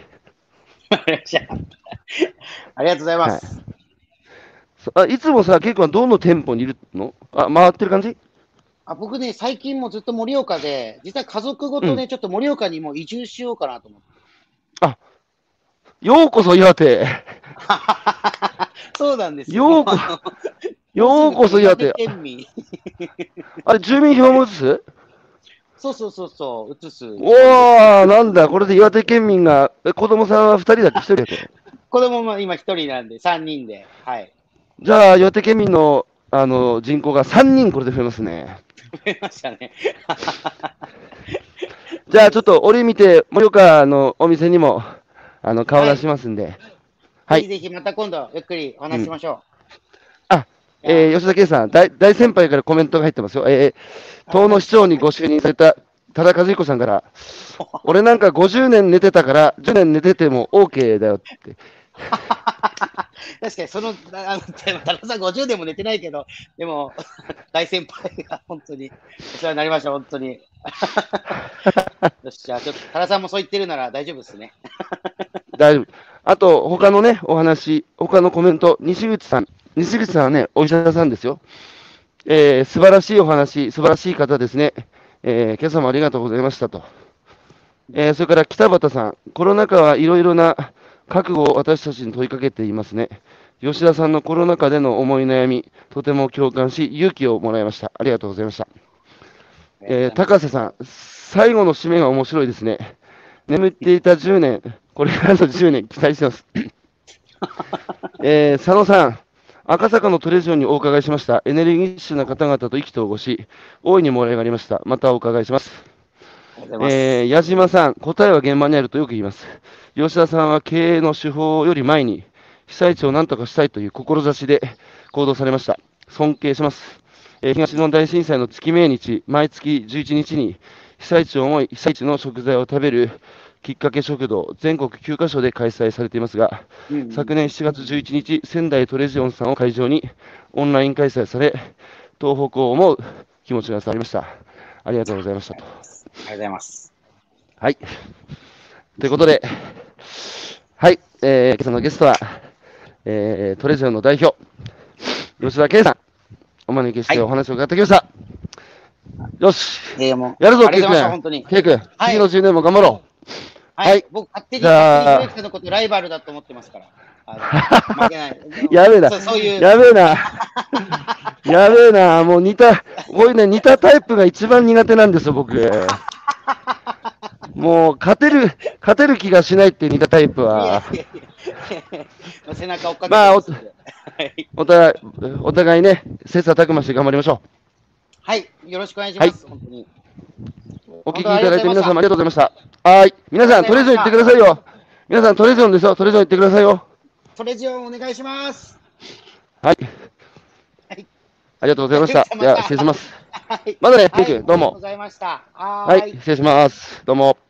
ありがとうございまはい。 す。 そあいつもさ、K 君はどの店舗にいるの？あ、回ってる感じ？ あ、僕ね、最近もずっと盛岡で、実は家族ごうん。 とね、ちょっと盛岡にもう移住しようかなと思って。 あ、ようこそ岩手。 そうなんですよ。もうようこ、 あの、もうすようぐこの岩手こそ岩手。 県民。 あれ、住民票も移す？ そうそうそうそう、移すおつもりです。 ー、なんだ、これで岩手県民が、え子供さんはふたりだっけ？ひとりだっけ？ 子供も今一人なんで、三人で、はい。 じゃあ、岩手県民の、あの、人口がさんにんこれで増えますね。 増えましたね。 じゃあ、ちょっと折見て、盛岡のお店にも、あの、顔出しはい。 ますんで。はい。 ぜひぜひまた今度ゆっくりおうん。 話ししましょあ、 う。いやえー吉田圭さん、大、大先輩からコメントが入ってますよ。えー、 ー、あ、 東の市何ですか？ 長にご就任された多田和彦さんから、俺なんかごじゅうねん寝てたから、じゅうねん寝てても OK だよって。 確かにその、あの、田中さんごじゅうでも寝てないけど、でも、大先輩が本当にお世話になりました、本当に。よし、じゃあちょっと、田中さんもそう言ってるなら大丈夫ですね。 大丈夫。あと、他のね、お話、他のコメント、西口さん。西口さんはね、お医者さんですよ。えー、素晴らしいお話、素晴らしい方ですね。えー、今朝もありがとうございましたと。えー、それから北畑さん、コロナ禍はいろいろな覚悟を私たちに問いかけていますね。吉田さんのコロナ禍での思い悩み、とても共感し、勇気をもらいました。ありがとうございました。 ありがとうごえー、 ざいます。 高瀬さん、最後の締めが面白いですね。眠っていたじゅうねん、これからのじゅうねん、期待してます。えー、佐野さん、赤坂のトレジョンにお伺いしました。エネルギッシュな方々と意気投合し、大いに盛り上がりました。またお伺いします。 ありがとうございます。 えー、矢島さん、答えは現場にあるとよく言います。吉田さんは経営の手法より前に、被災地を何とかしたいという志で行動されました。尊敬します。えー東日本大震災の月命日、毎月じゅういちにちに被災地を思い、被災地の食材を食べるきっかけ食堂、全国きゅうカ所で開催されていますが、 うんうん。 昨年しちがつじゅういちにち、仙台トレジオンさんを会場にオンライン開催され、東北を思う気持ちが伝わりました。ありがとうございましたと。 ありがとうございます。ありがとうございます。 はい。ということで、はい、えー、今朝のゲストは、えー、トレジオンの代表、吉田圭さん、お招きしはい。 てお話を伺ってきました。よし、 えー、もう、 やるぞ、 ありがとうございました、 ケイ君。 本当に。 ケイ君、 はい。 次のじゅうねんも頑張ろもう、 う。はい。 はい。僕、勝手じに、勝手にひゃあ、 ろゆきさんのことライバルだと思ってますから。あの、負けない。でもやべえな、 そう、そういう、 やべえな、やべえな、もう似た、こういうね、似たタイプが一番苦手なんですよ、僕。もう、勝てる、勝てる気がしないって似たタイプいやいは。 やいや、まあ背中追っかけてまあ、お、 ますんで。はい。 お互い、お互いね、切磋琢磨して頑張りましょはい。よろしくお願いしう。はい。 ます。本当に。 お聞本当ありがきいただいてとうございました。 皆様ありがとうございました。はい。皆さん、 ありがとうございトレジョン行ってくました。 ださいよ。皆さん、トレジョンですよ。トレジョン行ってくださいよ。 トレジオンお願いします。 はい。 はい。 ありがとうございました。 じゃあ、までは、 た。 失礼します。 はい。 まだね、ケはい。 イ君、どうも。 ありがとうございました。ははい、 ーい。 失礼します。どうも。